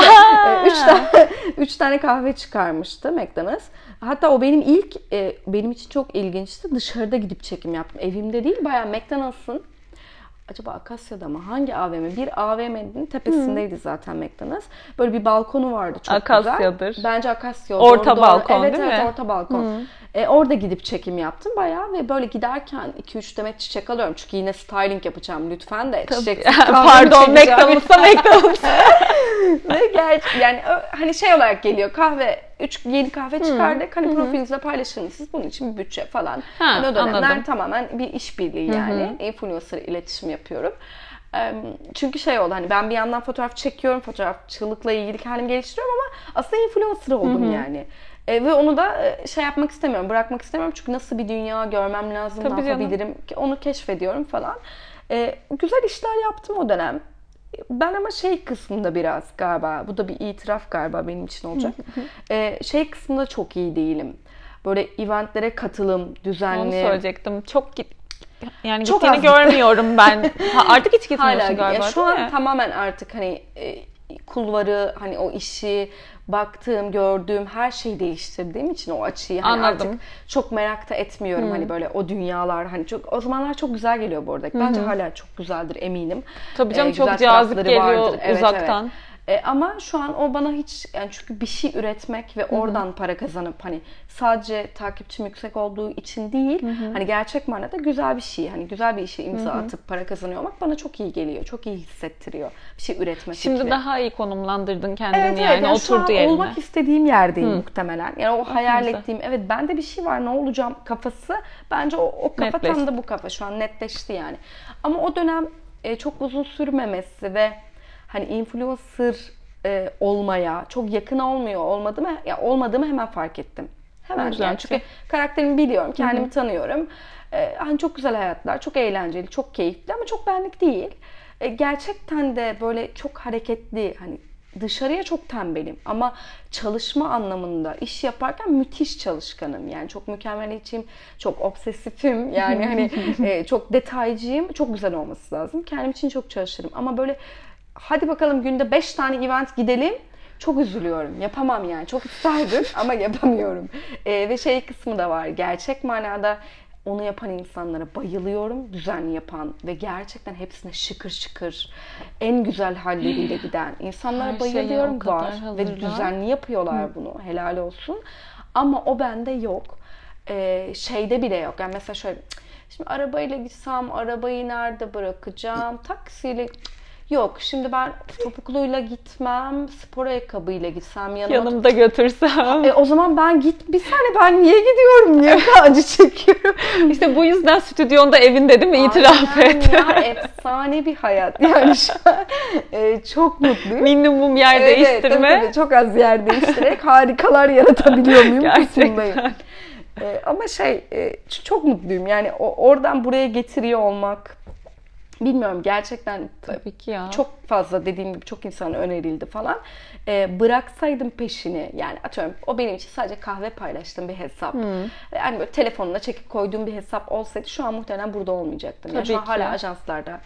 Üç tane kahve çıkarmıştı McDonald's. Hatta o benim ilk, benim için çok ilginçti. Dışarıda gidip çekim yaptım. Evimde değil, bayağı McDonald's'ın, acaba Akasya'da mı? Hangi AVM? Bir AVM'nin tepesindeydi zaten McDonald's. Böyle bir balkonu vardı çok Akasya'dır. Güzel. Bence Akasya. Orta balkon değil mi? Evet, orta balkon. Orada gidip çekim yaptım bayağı ve böyle giderken 2-3 demet çiçek alıyorum. Çünkü yine styling yapacağım lütfen de. Çiçek pardon, McDonald's'a McDonald's. Ve yani hani şey olarak geliyor, yeni kahve çıkardık. Hani profilinizde paylaşır mısınız? Bunun için bir bütçe falan. Hani o dönemler tamamen bir işbirliği yani. Influencer iletişim yapıyorum. Çünkü şey oldu, hani ben bir yandan fotoğraf çekiyorum, fotoğrafçılıkla ilgili kendimi geliştiriyorum ama aslında influencer oldum yani. Ve onu da şey yapmak istemiyorum, bırakmak istemiyorum çünkü nasıl bir dünya görmem lazım, ne yapabilirim, onu keşfediyorum falan. Güzel işler yaptım o dönem. Ben ama şey kısmında biraz galiba, bu da bir itiraf galiba benim için olacak. Şey kısmında çok iyi değilim. Böyle eventlere katılım, düzenli. Onu söyleyecektim. Yani çok gittiğini görmüyorum ben. Artık hiç gitmiyorsun galiba. Şu an tamamen artık hani kulvarı, hani o işi, baktığım, gördüğüm her şeyi değiştirdiğim için o açıyı hani artık çok merak da etmiyorum. Hani böyle o dünyalar, hani çok, o zamanlar çok güzel geliyor bu arada. Bence hala çok güzeldir eminim. Tabii canım, çok cazip geliyor uzaktan. Ama şu an o bana hiç, yani çünkü bir şey üretmek ve oradan para kazanıp hani sadece takipçim yüksek olduğu için değil, hani gerçek manada güzel bir şey, hani güzel bir işe imza atıp para kazanıyor olmak bana çok iyi geliyor. Çok iyi hissettiriyor bir şey üretme Şimdi fikri. daha iyi konumlandırdın kendini, Evet, yani şu an oturdu yerine. olmak istediğim yerdeyim muhtemelen. Yani o hayal güzel. ettiğim, evet bende bir şey var, ne olacağım kafası. Bence o kafa Netleşti. tam da bu kafa. Şu an netleşti yani. Ama o dönem çok uzun sürmemesi ve hani influencer olmaya çok yakın olmadığımı hemen fark ettim. Hemen Güzel yani, bir çünkü şey. karakterimi biliyorum, kendimi tanıyorum. Hani çok güzel hayatlar, çok eğlenceli, çok keyifli ama çok benlik değil. Gerçekten de böyle çok hareketli, hani dışarıya çok tembelim ama çalışma anlamında iş yaparken müthiş çalışkanım. Yani çok mükemmeliyetçiyim, çok obsesifim. Yani hani çok detaycıyım. Çok güzel olması lazım. Kendim için çok çalışırım. Ama böyle hadi bakalım günde 5 tane event gidelim. Çok üzülüyorum. Yapamam yani. Çok isterdim ama yapamıyorum. Ve şey kısmı da var. Gerçek manada onu yapan insanlara bayılıyorum. Düzenli yapan ve gerçekten hepsine şıkır şıkır en güzel halleriyle giden insanlara Her şeye bayılıyorum, o kadar var. Ve hazırlar. düzenli yapıyorlar bunu. Helal olsun. Ama o bende yok. Şeyde bile yok. Yani mesela şöyle, şimdi arabayla gitsem arabayı nerede bırakacağım? Taksiyle yok. Şimdi ben topukluyla gitmem, spor ayakkabıyla gitsem Yanımda götürsem. O zaman ben bir saniye, ben niye gidiyorum? Niye acı çekiyorum? İşte bu yüzden stüdyonda, evinde değil mi? İtiraf Aynen et. ya, efsane bir hayat. Yani şu an çok mutluyum. Minimum yer Evet, değiştirme. tabii, çok az yer değiştirerek harikalar yaratabiliyor muyum? Gerçekten. Kısmındayım. Ama çok mutluyum. Yani oradan buraya getiriyor olmak. Bilmiyorum, gerçekten Tabii ki ya. çok fazla, dediğim gibi çok insana önerildi falan. Bıraksaydım peşini, yani atıyorum o benim için sadece kahve paylaştığım bir hesap. Yani böyle telefonuna çekip koyduğum bir hesap olsaydı şu an muhtemelen burada olmayacaktım. Yani Tabii şu an ki. hala ajanslarda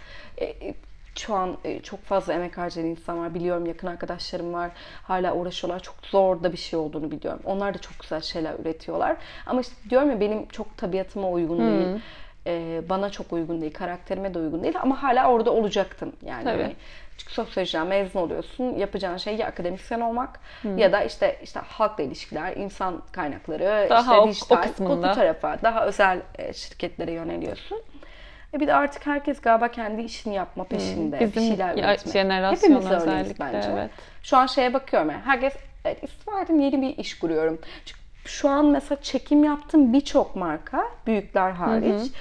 şu an çok fazla emek harcayan insan var. Biliyorum, yakın arkadaşlarım var. Hala uğraşıyorlar. Çok zor da bir şey olduğunu biliyorum. Onlar da çok güzel şeyler üretiyorlar. Ama işte diyorum ya, benim çok tabiatıma uygun değil. Bana çok uygun değil, karakterime de uygun değil ama hala orada olacaktım. Yani hani, çünkü sosyolojiden mezun oluyorsun, yapacağın şey ya akademisyen olmak ya da işte halkla ilişkiler, insan kaynakları, Daha işte o dijital, kısmında. bu tarafa, daha özel şirketlere yöneliyorsun. Bir de artık herkes galiba kendi işini yapma peşinde, bir Bizim şeyler üretme. jenerasyon Hepimiz öyleyiz özellikle, bence. evet. Şu an şeye bakıyorum yani, herkes istifa edeyim, yeni bir iş kuruyorum. Çünkü şu an mesela çekim yaptığım birçok marka, büyükler hariç,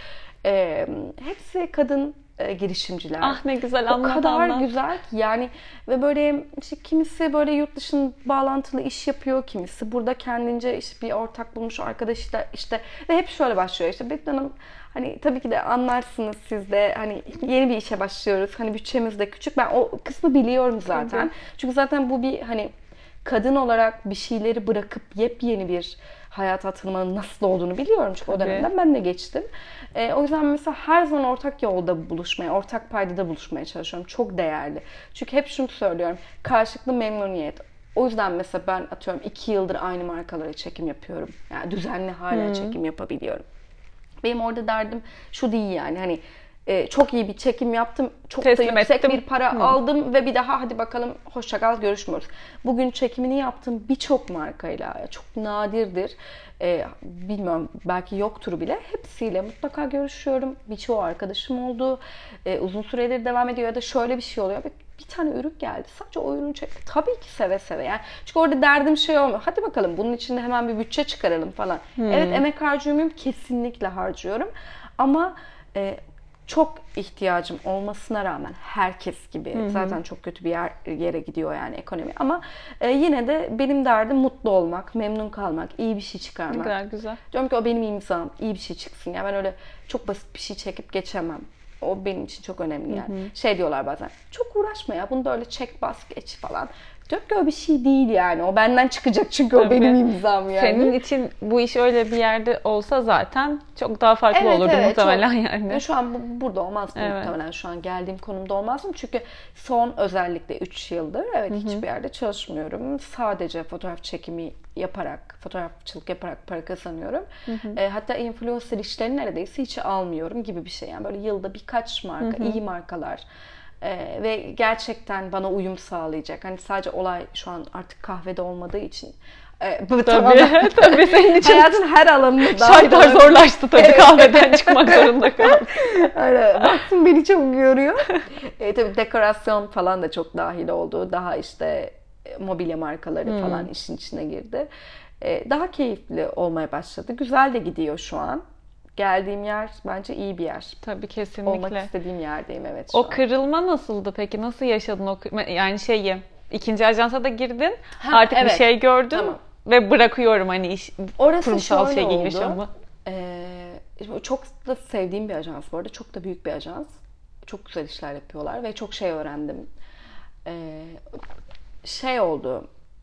hepsi kadın girişimciler. Ah ne güzel, O anlat kadar anlat. güzel ki yani, ve böyle işte kimisi böyle yurt dışında bağlantılı iş yapıyor, kimisi burada kendince işte bir ortak bulmuş arkadaşlar işte, ve hep şöyle başlıyor işte, Betül Hanım hani tabii ki de anlarsınız siz de, hani yeni bir işe başlıyoruz, hani bütçemiz de küçük, ben o kısmı biliyorum zaten. Tabii. Çünkü zaten bu bir, hani kadın olarak bir şeyleri bırakıp yepyeni bir hayata atılmanın nasıl olduğunu biliyorum. Çünkü o dönemden ben de geçtim. O yüzden mesela her zaman ortak yolda buluşmaya, ortak paydada buluşmaya çalışıyorum. Çok değerli. Çünkü hep şunu söylüyorum. Karşılıklı memnuniyet. O yüzden mesela ben atıyorum 2 yıldır aynı markalara çekim yapıyorum. Yani düzenli hala çekim yapabiliyorum. Benim orada derdim şu değil yani, hani çok iyi bir çekim yaptım, çok da Teslim yüksek ettim. bir para aldım ve bir daha hadi bakalım hoşça kal, görüşmüyoruz. Bugün çekimini yaptığım birçok markayla, çok nadirdir, bilmiyorum belki yoktur bile, hepsiyle mutlaka görüşüyorum. Birçoğu arkadaşım oldu, uzun süredir devam ediyor ya da şöyle bir şey oluyor. Bir tane ürün geldi, sadece o ürünü çek. Tabii ki seve seve yani. Çünkü orada derdim şey olmuyor. Hadi bakalım bunun içinde hemen bir bütçe çıkaralım falan. Evet, emek harcıyor muyum? Kesinlikle harcıyorum. Ama çok ihtiyacım olmasına rağmen, herkes gibi zaten çok kötü bir yere gidiyor yani ekonomi, ama yine de benim derdim mutlu olmak, memnun kalmak, iyi bir şey çıkarmak. Güzel güzel. Diyorum ki o benim imzam, iyi bir şey çıksın. Yani ben öyle çok basit bir şey çekip geçemem. O benim için çok önemli yani. Şey diyorlar bazen, çok uğraşma ya, bunu da öyle çek bas geç falan. Diyorum ki o bir şey değil yani. O benden çıkacak çünkü o benim imzam yani. Senin için bu iş öyle bir yerde olsa zaten çok daha farklı olurdu muhtemelen yani. Şu an burada olmazdım muhtemelen. Şu an geldiğim konumda olmazdım. Çünkü son özellikle 3 yıldır hiçbir yerde çalışmıyorum. Sadece fotoğraf çekimi yaparak, fotoğrafçılık yaparak para kazanıyorum. Hatta influencer işlerini neredeyse hiç almıyorum gibi bir şey. Yani böyle yılda birkaç marka, iyi markalar Ve gerçekten bana uyum sağlayacak. Hani sadece olay şu an artık kahvede olmadığı için bu Tabii, tabii senin için hayatın her alanında şartlar zorlaştı tabii, kahveden çıkmak zorunda kaldım. Baktım beni çok yoruyor. Tabii dekorasyon falan da çok dahil oldu. Daha işte mobilya markaları falan işin içine girdi. Daha keyifli olmaya başladı. Güzel de gidiyor şu an. Geldiğim yer bence iyi bir yer. Tabii, kesinlikle. Olmak istediğim yerdeyim, evet, şu O an. kırılma nasıldı peki? Nasıl yaşadın yani şeyi? İkinci ajansa da girdin. Artık bir şey gördün. Tamam. Ve bırakıyorum hani Orası kurumsal şöyle oldu. yaşamı. Çok da sevdiğim bir ajans bu arada. Çok da büyük bir ajans. Çok güzel işler yapıyorlar ve çok şey öğrendim. Şey oldu.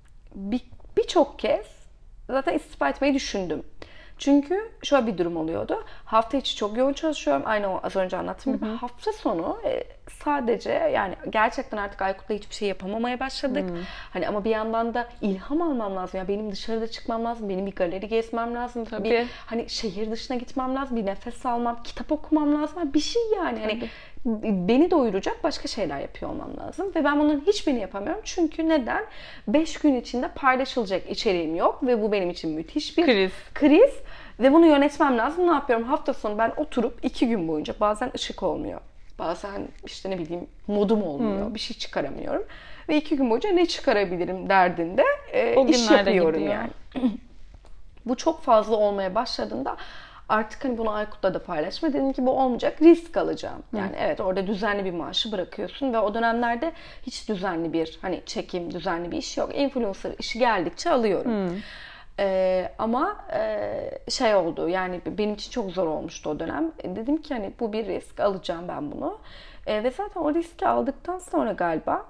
Birçok kez zaten istifa etmeyi düşündüm. Çünkü şöyle bir durum oluyordu. Hafta içi çok yoğun çalışıyorum. Aynı o az önce anlattığım gibi. Hafta sonu sadece, yani gerçekten artık Aykut'la hiçbir şey yapamamaya başladık. Hani ama bir yandan da ilham almam lazım. Yani benim dışarıda çıkmam lazım. Benim bir galeri gezmem lazım. Tabii. Bir hani şehir dışına gitmem lazım. Bir nefes almam, kitap okumam lazım. Bir şey yani. Hani beni doyuracak başka şeyler yapıyor olmam lazım. Ve ben bunların hiçbirini yapamıyorum. Çünkü neden? 5 gün içinde paylaşılacak içeriğim yok. Ve bu benim için müthiş bir kriz. Ve bunu yönetmem lazım. Ne yapıyorum? Hafta sonu ben oturup 2 gün boyunca, bazen ışık olmuyor. Bazen işte ne bileyim modum olmuyor. Bir şey çıkaramıyorum. Ve 2 gün boyunca ne çıkarabilirim derdinde iş yapıyorum gidiyor. Yani. Bu çok fazla olmaya başladığında artık hani bunu Aykut'la da paylaşma. Dedim ki bu olmayacak. Risk alacağım. Yani evet, orada düzenli bir maaşı bırakıyorsun ve o dönemlerde hiç düzenli bir hani çekim, düzenli bir iş yok. Influencer işi geldikçe alıyorum. Ama şey oldu, yani benim için çok zor olmuştu o dönem. Dedim ki hani bu bir risk, alacağım ben bunu. Ve zaten o riski aldıktan sonra galiba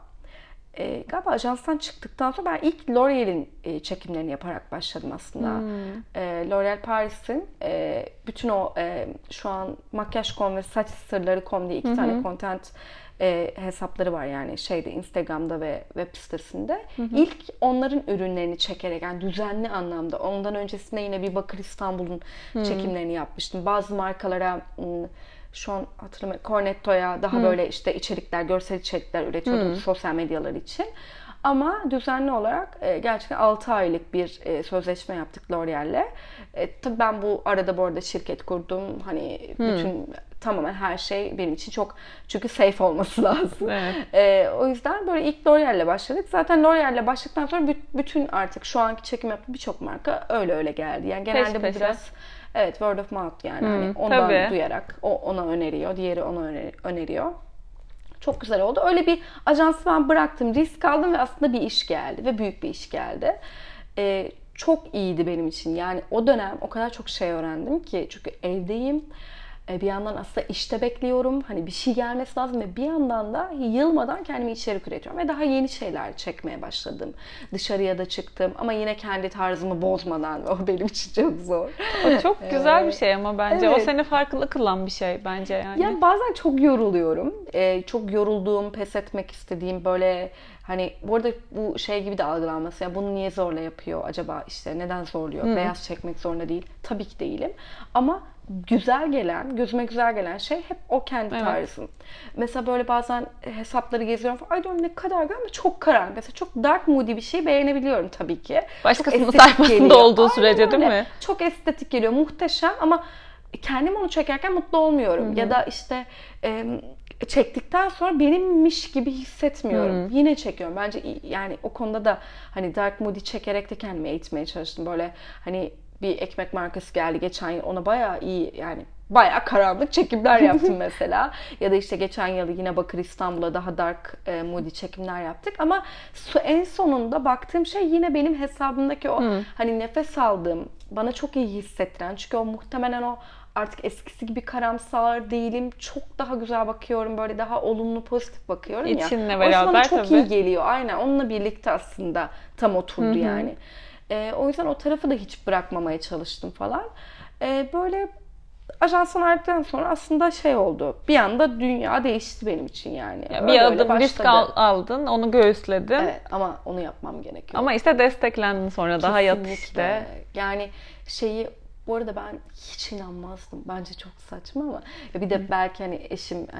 ajanstan çıktıktan sonra ben ilk L'Oreal'in çekimlerini yaparak başladım aslında. L'Oreal Paris'in bütün o şu an Makyaj.com ve Saç Sırları.com diye 2 tane content hesapları var, yani şeyde, Instagram'da ve web sitesinde. İlk onların ürünlerini çekerek, yani düzenli anlamda, ondan öncesinde yine bir Bakır İstanbul'un çekimlerini yapmıştım. Bazı markalara, şu an hatırlamıyorum, Cornetto'ya daha böyle işte içerikler, görsel içerikler üretiyordum sosyal medyalar için. Ama düzenli olarak gerçekten 6 aylık bir sözleşme yaptık L'Oreal'le. Tabii ben bu arada bu arada şirket kurdum. Hani bütün tamamen her şey benim için çok, çünkü safe olması lazım. Evet. O yüzden böyle ilk L'Oreal'le başladık. Zaten L'Oreal'le başladıktan sonra bütün artık şu anki çekim yaptığım birçok marka öyle geldi. Yani genelde bu biraz word of mouth, yani hani ondan duyarak o ona öneriyor, diğeri ona öneriyor. Çok güzel oldu. Öyle bir ajansı ben bıraktım, risk aldım ve aslında bir iş geldi ve büyük bir iş geldi. Çok iyiydi benim için. Yani o dönem o kadar çok şey öğrendim ki, çünkü evdeyim. Bir yandan aslında işte bekliyorum. Hani bir şey gelmesi lazım ve bir yandan da yılmadan kendime içerik üretiyorum. Ve daha yeni şeyler çekmeye başladım. Dışarıya da çıktım ama yine kendi tarzımı bozmadan. O benim için çok zor. O çok güzel bir şey ama bence. Evet. O seni farklı kılan bir şey bence yani. Ya bazen çok yoruluyorum. Çok yorulduğum, pes etmek istediğim, böyle hani bu arada bu şey gibi de algılanması. Ya bunu niye zorla yapıyor acaba, işte neden zorluyor? Beyaz çekmek zorunda değil. Tabii ki değilim. Ama güzel gelen, gözüme güzel gelen şey hep o kendi tarzım. Mesela böyle bazen hesapları geziyorum falan. Ay diyorum ne kadar güzel ama çok karanlık. Mesela çok dark moody bir şey beğenebiliyorum tabii ki. Başkasının sayfasında olduğu sürece değil mi? Çok estetik geliyor, muhteşem ama kendim onu çekerken mutlu olmuyorum. Ya da işte çektikten sonra benimmiş gibi hissetmiyorum. Yine çekiyorum. Bence yani o konuda da hani dark moody çekerek de kendimi eğitmeye çalıştım. Böyle hani bir ekmek markası geldi geçen yıl, ona bayağı iyi, yani bayağı karanlık çekimler yaptım mesela. Ya da işte geçen yıl yine Bakır İstanbul'a daha dark moody çekimler yaptık. Ama en sonunda baktığım şey yine benim hesabımdaki o hani nefes aldığım, bana çok iyi hissettiren. Çünkü o muhtemelen o artık eskisi gibi karamsar değilim. Çok daha güzel bakıyorum. Böyle daha olumlu, pozitif bakıyorum ya. İçinle beraber bana çok iyi geliyor. Aynen. Onunla birlikte aslında tam oturdu yani. O yüzden o tarafı da hiç bırakmamaya çalıştım falan. Böyle ajanstan ayrıldıktan sonra aslında şey oldu. Bir anda dünya değişti benim için yani. Ya bir adım risk aldın, onu göğüsledin. Evet, ama onu yapmam gerekiyor. Ama işte desteklendin sonra da hayat işte. Yani şeyi, bu arada ben hiç inanmazdım. Bence çok saçma ama bir de belki hani eşim hani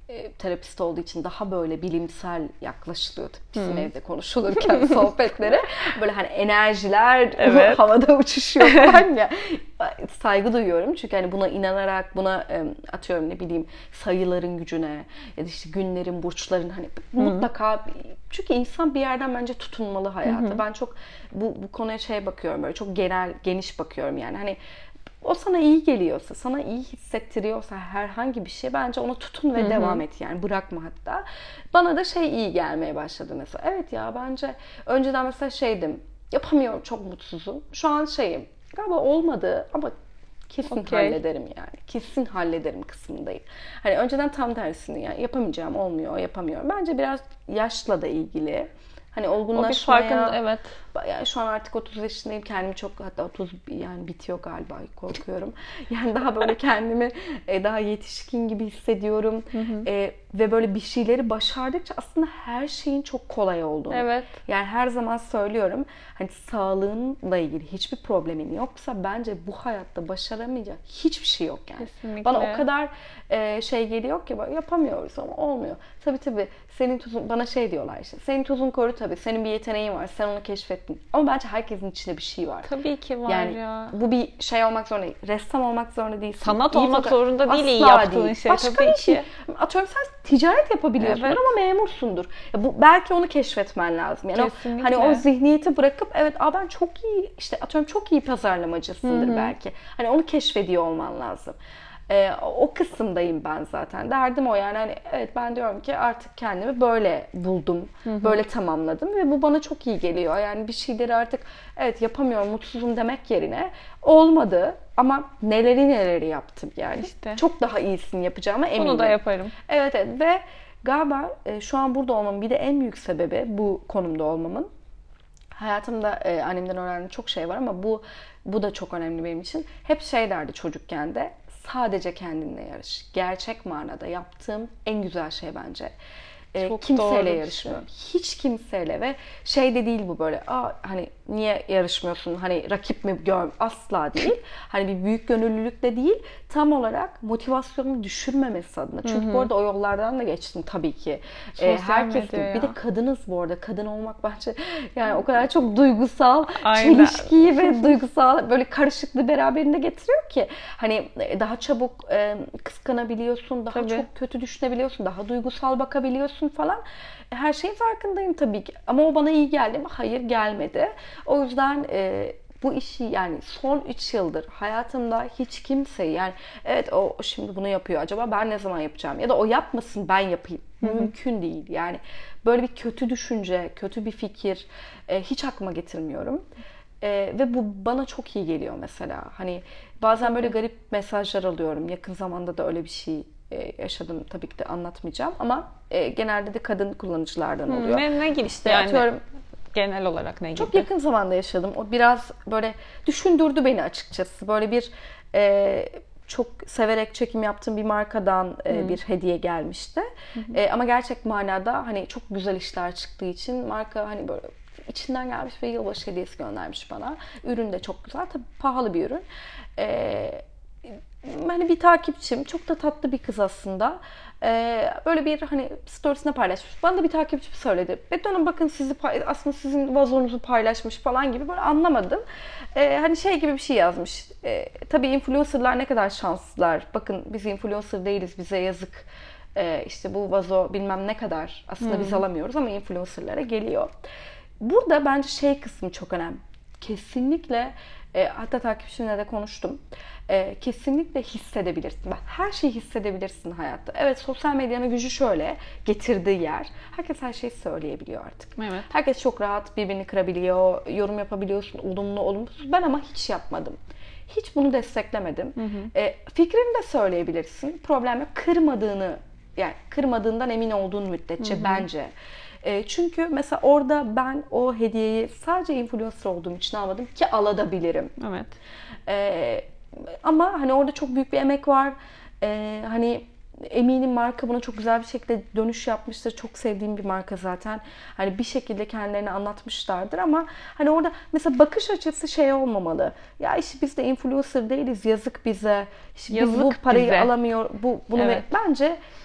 terapist olduğu için daha böyle bilimsel yaklaşılıyor bizim evde konuşulurken sohbetlere. Böyle hani enerjiler havada uçuşuyor falan ya. Saygı duyuyorum çünkü hani buna inanarak, buna atıyorum ne bileyim sayıların gücüne ya da işte günlerin, burçların hani mutlaka, çünkü insan bir yerden bence tutunmalı hayata. Ben çok bu konuya bakıyorum, böyle çok genel, geniş bakıyorum yani. Hani o sana iyi geliyorsa, sana iyi hissettiriyorsa herhangi bir şey, bence ona tutun ve devam et yani, bırakma hatta. Bana da iyi gelmeye başladı mesela. Evet ya, bence önceden mesela yapamıyorum, çok mutsuzum. Şu an galiba olmadı ama kesin hallederim yani. Kesin hallederim kısmındayım. Hani önceden tam tersini, yani yapamayacağım, olmuyor, yapamıyorum. Bence biraz yaşla da ilgili. Hani olgunlaşmaya, evet. Yani şu an artık 30 yaşındayım. Kendimi çok, hatta 30 yani bitiyor galiba, korkuyorum. Yani daha böyle kendimi daha yetişkin gibi hissediyorum. Ve böyle bir şeyleri başardıkça aslında her şeyin çok kolay olduğunu. Evet. Yani her zaman söylüyorum. Hani sağlığınla ilgili hiçbir problemin yoksa bence bu hayatta başaramayacak hiçbir şey yok yani. Kesinlikle. Bana o kadar geliyor ki yapamıyoruz ama olmuyor. Tabii senin tuzun, bana diyorlar işte. Senin tuzun kuru tabii. Senin bir yeteneğin var. Sen onu keşfettin. Ama bence herkesin içinde bir şey var. Tabii ki var yani, ya. Bu bir olmak zorunda değil. Ressam olmak zorunda değilsin. Sanat olmak zorunda değil iyi yaptığın şey. Başka tabii bir şey. Atıyorum sen ticaret yapabiliyorsun ama memursundur. Belki onu keşfetmen lazım. Yani hani o zihniyeti bırakıp ben çok iyi, işte atıyorum çok iyi pazarlamacısındır belki. Hani onu keşfediyor olman lazım. O kısımdayım ben zaten. Derdim o yani. Hani evet, ben diyorum ki artık kendimi böyle buldum. Böyle tamamladım ve bu bana çok iyi geliyor. Yani bir şeyleri artık yapamıyorum, mutsuzum demek yerine olmadı ama neleri yaptım yani. İşte. Çok daha iyisini yapacağıma eminim. Bunu da yaparım. Evet ve galiba şu an burada olmamın bir de en büyük sebebi, bu konumda olmamın. Hayatımda annemden öğrendiğim çok şey var ama bu da çok önemli benim için. Hep derdi çocukken de, sadece kendinle yarış. Gerçek manada yaptığım en güzel şey bence. Kimseyle yarışmıyorum. Hiç kimseyle ve de değil bu böyle. Hani niye yarışmıyorsun? Hani rakip mi gör? Asla değil. Hani bir büyük gönüllülük de değil. Tam olarak motivasyonumu düşürmemesi adına. Çünkü bu arada o yollardan da geçtim tabii ki. Herkes gibi. Bir de kadınız bu arada. Kadın olmak bence yani o kadar çok duygusal, çelişkiyi ve duygusal böyle karışıklığı beraberinde getiriyor ki. Hani daha çabuk kıskanabiliyorsun, daha çok kötü düşünebiliyorsun, daha duygusal bakabiliyorsun falan. Her şeyin farkındayım tabii ki. Ama o bana iyi geldi mi? Hayır, gelmedi. O yüzden bu işi yani son 3 yıldır hayatımda hiç kimseyi, yani evet o şimdi bunu yapıyor, acaba ben ne zaman yapacağım? Ya da o yapmasın, ben yapayım. Mümkün değil. Yani böyle bir kötü düşünce, kötü bir fikir hiç aklıma getirmiyorum. Ve bu bana çok iyi geliyor mesela. Hani bazen böyle garip mesajlar alıyorum. Yakın zamanda da öyle bir şey yaşadım, tabii ki de anlatmayacağım ama genelde de kadın kullanıcılardan oluyor. Ne gibi işte yani atıyorum, genel olarak ne gibi? Çok yakın zamanda yaşadım. O biraz böyle düşündürdü beni açıkçası. Böyle bir çok severek çekim yaptığım bir markadan bir hediye gelmişti. Ama gerçek manada hani çok güzel işler çıktığı için marka hani böyle içinden gelmiş ve yılbaşı hediyesi göndermiş bana. Ürün de çok güzel. Tabii pahalı bir ürün. Hani bir takipçim, çok da tatlı bir kız aslında. Böyle bir hani storiesine paylaşmış. Bana da bir takipçim söyledi. Betül Hanım bakın aslında sizin vazonuzu paylaşmış falan gibi, böyle anlamadım. Hani gibi bir şey yazmış. Tabii influencerlar ne kadar şanslılar. Bakın biz influencer değiliz, bize yazık. İşte bu vazo bilmem ne kadar. Aslında biz alamıyoruz ama influencerlara geliyor. Burada bence kısmı çok önemli. Kesinlikle hatta takipçimle de konuştum. Kesinlikle hissedebilirsin. Her şeyi hissedebilirsin hayatta. Evet, sosyal medyanın gücü şöyle getirdiği yer. Herkes her şeyi söyleyebiliyor artık. Evet. Herkes çok rahat birbirini kırabiliyor. Yorum yapabiliyorsun. Olumlu, olumsuz. Ben ama hiç yapmadım. Hiç bunu desteklemedim. Fikrini de söyleyebilirsin. Problem yok. Kırmadığından emin olduğun müddetçe bence. Çünkü mesela orada ben o hediyeyi sadece influencer olduğum için almadım ki alabilirim. Evet. Ama hani orada çok büyük bir emek var. Hani eminim marka buna çok güzel bir şekilde dönüş yapmıştır. Çok sevdiğim bir marka zaten. Hani bir şekilde kendilerini anlatmışlardır ama hani orada mesela bakış açısı olmamalı. Ya işte biz de influencer değiliz, yazık bize. İşte biz bu parayı alamıyor. Bunu bence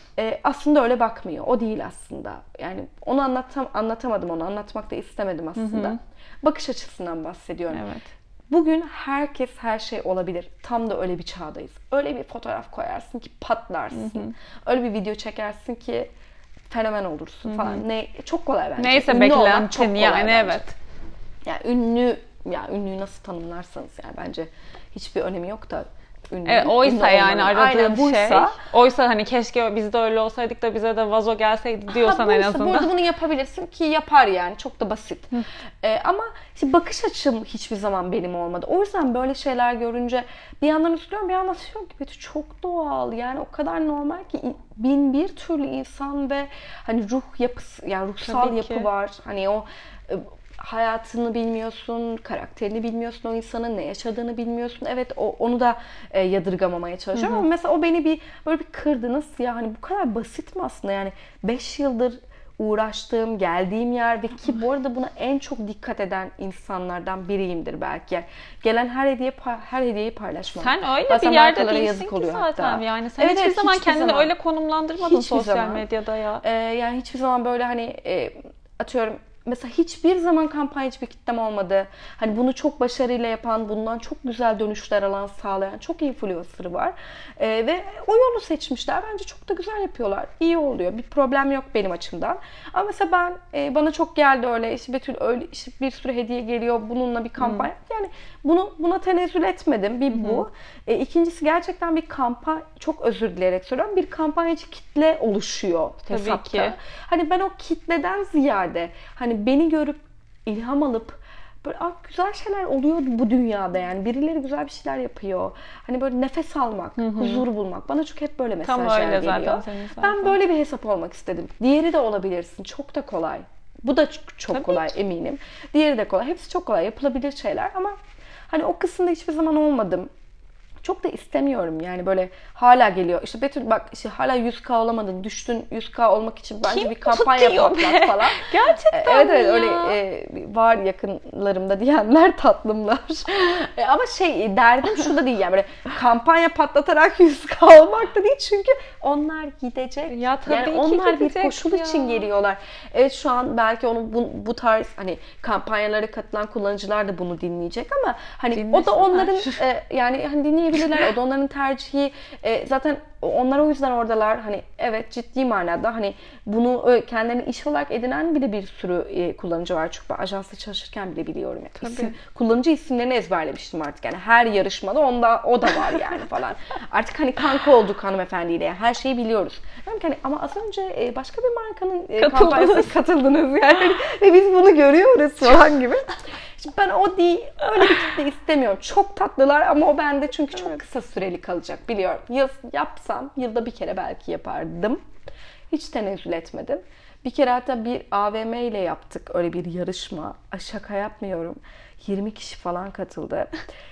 aslında öyle bakmıyor. O değil aslında. Yani onu anlatamadım, onu anlatmak da istemedim aslında. Bakış açısından bahsediyorum. Evet. Bugün herkes her şey olabilir. Tam da öyle bir çağdayız. Öyle bir fotoğraf koyarsın ki patlarsın. Öyle bir video çekersin ki fenomen olursun falan. Çok kolay bence. Neyse Ünlü olmak beklentin çok kolay yani bence. evet. Yani ünlüyü nasıl tanımlarsanız yani bence hiçbir önemi yok da ünlü. Oysa ünlü yani olmanın. aradığın şey. Oysa hani keşke biz de öyle olsaydık da bize de vazo gelseydi diyorsan en azından. Burada bunu yapabilirsin ki yapar yani. Çok da basit. Ama işte bakış açım hiçbir zaman benim olmadı. O yüzden böyle şeyler görünce bir yandan üzülüyorum, bir yandan diyorum ki Betül çok doğal. Yani o kadar normal ki bin bir türlü insan ve hani ruh yapısı, yani ruhsal yapı var. Hani o hayatını bilmiyorsun, karakterini bilmiyorsun, o insanın ne yaşadığını bilmiyorsun. Evet onu da yadırgamamaya çalışıyorum ama mesela o beni böyle bir kırdı. Nasıl ya, hani bu kadar basit mi aslında? Yani 5 yıldır uğraştığım, geldiğim yer ve ki bu arada buna en çok dikkat eden insanlardan biriyimdir belki. Yani gelen her hediyeyi paylaşmam. Sen öyle Bazen bir yerde markalara değilsin yazık ki oluyor zaten hatta. yani. Sen hiçbir zaman kendini öyle konumlandırmadın sosyal medyada ya. Yani hiçbir zaman böyle hani atıyorum mesela hiçbir zaman kampanyacı bir kitlem olmadı. Hani bunu çok başarıyla yapan, bundan çok güzel dönüşler alan, sağlayan çok influencer var. Ve o yolu seçmişler. Bence çok da güzel yapıyorlar. İyi oluyor. Bir problem yok benim açımdan. Ama mesela bana çok geldi öyle. İşte Betül öyle işte bir sürü hediye geliyor. Bununla bir kampanya. Yani buna tenezzül etmedim. Bir bu. İkincisi gerçekten bir kampanya, çok özür dileyerek söylüyorum. Bir kampanyacı kitle oluşuyor hesapta. Ki. Hani ben o kitleden ziyade hani beni görüp ilham alıp böyle güzel şeyler oluyor bu dünyada yani. Birileri güzel bir şeyler yapıyor. Hani böyle nefes almak, huzur bulmak. Bana çok hep böyle mesajlar geliyor. Zaten. Ben böyle bir hesap olmak istedim. Diğeri de olabilirsin. Çok da kolay. Bu da çok kolay eminim. Diğeri de kolay. Hepsi çok kolay. Yapılabilir şeyler ama hani o kısımda hiçbir zaman olmadım. Çok da istemiyorum yani böyle hala geliyor. İşte Betül bak işte hala 100K olamadın. Düştün 100K olmak için bence bir kampanya patlat falan. Gerçekten evet ya. öyle var yakınlarımda diyenler tatlımlar. Ama derdim şurada değil yani böyle kampanya patlatarak 100K olmak da değil çünkü onlar gidecek. Ya tabii yani ki onlar gidecek bir koşul için geliyorlar. Evet şu an belki bu tarz hani kampanyalara katılan kullanıcılar da bunu dinleyecek ama hani dinlesinler. O da onların yani hani dinleyebilirler. O da onların tercihi. Zaten onlar o yüzden oradalar. Hani evet ciddi manada hani bunu kendilerine iş olarak edinen bile bir sürü kullanıcı var. Çünkü ben ajansla çalışırken bile biliyorum. Yani. Kullanıcı isimlerini ezberlemiştim artık. Yani her yarışmada o da var yani falan. Artık hani kanka olduk hanımefendiyle. Yani her şeyi biliyoruz. Diyorum ki hani ama az önce başka bir markanın kampanyasına katıldınız yani. Ve biz bunu görüyoruz falan gibi. Şimdi ben öyle bir kitle istemiyorum. Çok tatlılar ama o bende çünkü çok kısa süreli kalacak biliyorum. Yapsam yılda bir kere belki yapardım. Hiç tenezzül etmedim. Bir kere hatta bir AVM ile yaptık öyle bir yarışma. Şaka yapmıyorum. 20 kişi falan katıldı.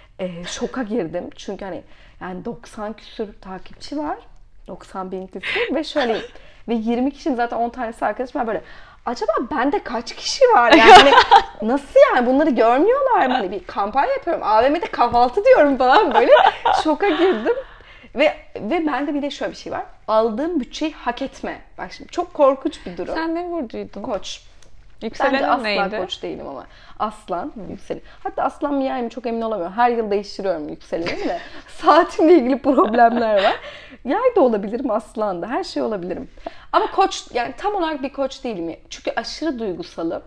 Şoka girdim. Çünkü hani yani 90 küsur takipçi var. 90 bin küsur ve şöyle ve 20 kişinin zaten 10 tanesi arkadaşım var böyle. Acaba bende kaç kişi var yani? Nasıl yani? Bunları görmüyorlar mı? Hani bir kampanya yapıyorum. AVM'de kahvaltı diyorum falan böyle. Şoka girdim. Ve bende bir de şöyle bir şey var. Aldığım bütçeyi hak etme. Bak şimdi çok korkunç bir durum. Sen ne burcuydun? Koç. Yükselenin asla neydi? Koç değilim ama. Aslan, yükselen. Hatta aslan mı yay mı çok emin olamıyorum. Her yıl değiştiriyorum yükselenimi de. Saatimle ilgili problemler var. Yay da olabilirim, aslan da. Her şey olabilirim. Ama koç, yani tam olarak bir koç değilim. Çünkü aşırı duygusalım.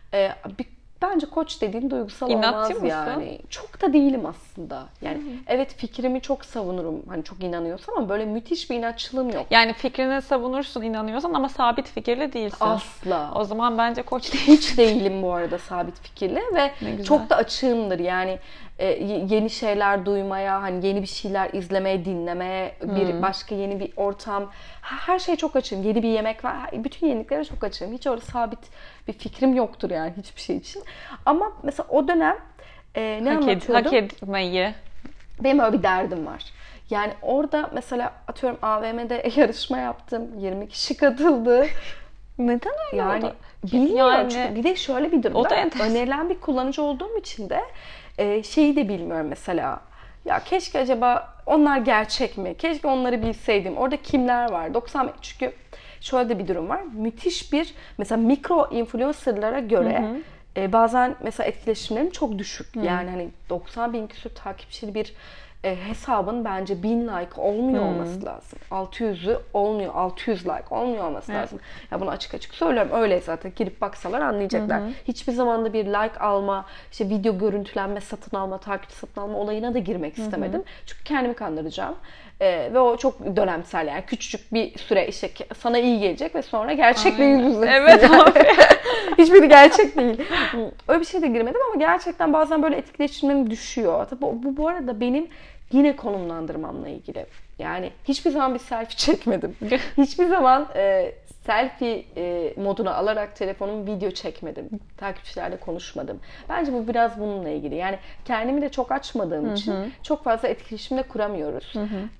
Bence koç dediğin duygusal İnatçı olmaz mısın? yani. Çok da değilim aslında. Yani evet fikrimi çok savunurum. Hani çok inanıyorsam ama böyle müthiş bir inatçılığım yok. Yani fikrini savunursun, inanıyorsan ama sabit fikirli değilsin. Asla. O zaman bence koç değil. Hiç değilim bu arada sabit fikirli ve çok da açığımdır. Yani yeni şeyler duymaya, hani yeni bir şeyler izlemeye, dinlemeye, başka yeni bir ortam. Her şeye çok açığım. Yeni bir yemek var. Bütün yeniliklere çok açığım. Hiç öyle sabit bir fikrim yoktur yani hiçbir şey için. Ama mesela o dönem ne anlatıyordum? Hak etmeyi. Benim öyle bir derdim var. Yani orada mesela atıyorum AVM'de yarışma yaptım. 20 kişi katıldı. Neden öyle oldu? Bilmiyorum. Yani, çünkü bir de şöyle bir durum. O da önerilen bir kullanıcı olduğum için de şeyi de bilmiyorum mesela. ya keşke acaba onlar gerçek mi? Keşke onları bilseydim. Orada kimler var? Çünkü şöyle de bir durum var. Müthiş bir mesela mikro influencerlara göre bazen mesela etkileşimlerim çok düşük. Yani hani 90 bin küsur takipçili bir hesabın bence 1000 like olmuyor olması lazım. 600'ü olmuyor, 600 like olmuyor olması lazım. Ya bunu açık açık söylüyorum. Öyle zaten girip baksalar anlayacaklar. Hiçbir zaman da bir like alma, işte video görüntülenme, satın alma, takipçi satın alma olayına da girmek istemedim. Çünkü kendimi kandıracağım. Ve o çok dönemsel yani küçücük bir süre işte sana iyi gelecek ve sonra gerçekle yüz yüze. Evet abi. Hiçbiri gerçek değil. Öyle bir şey de girmedim ama gerçekten bazen böyle etkileşimlerim düşüyor. Tabii bu arada benim yine konumlandırmamla ilgili. Yani hiçbir zaman bir selfie çekmedim. Hiçbir zaman selfie moduna alarak telefonumu video çekmedim. Takipçilerle konuşmadım. Bence bu biraz bununla ilgili. Yani kendimi de çok açmadığım için çok fazla etkileşimde kuramıyoruz.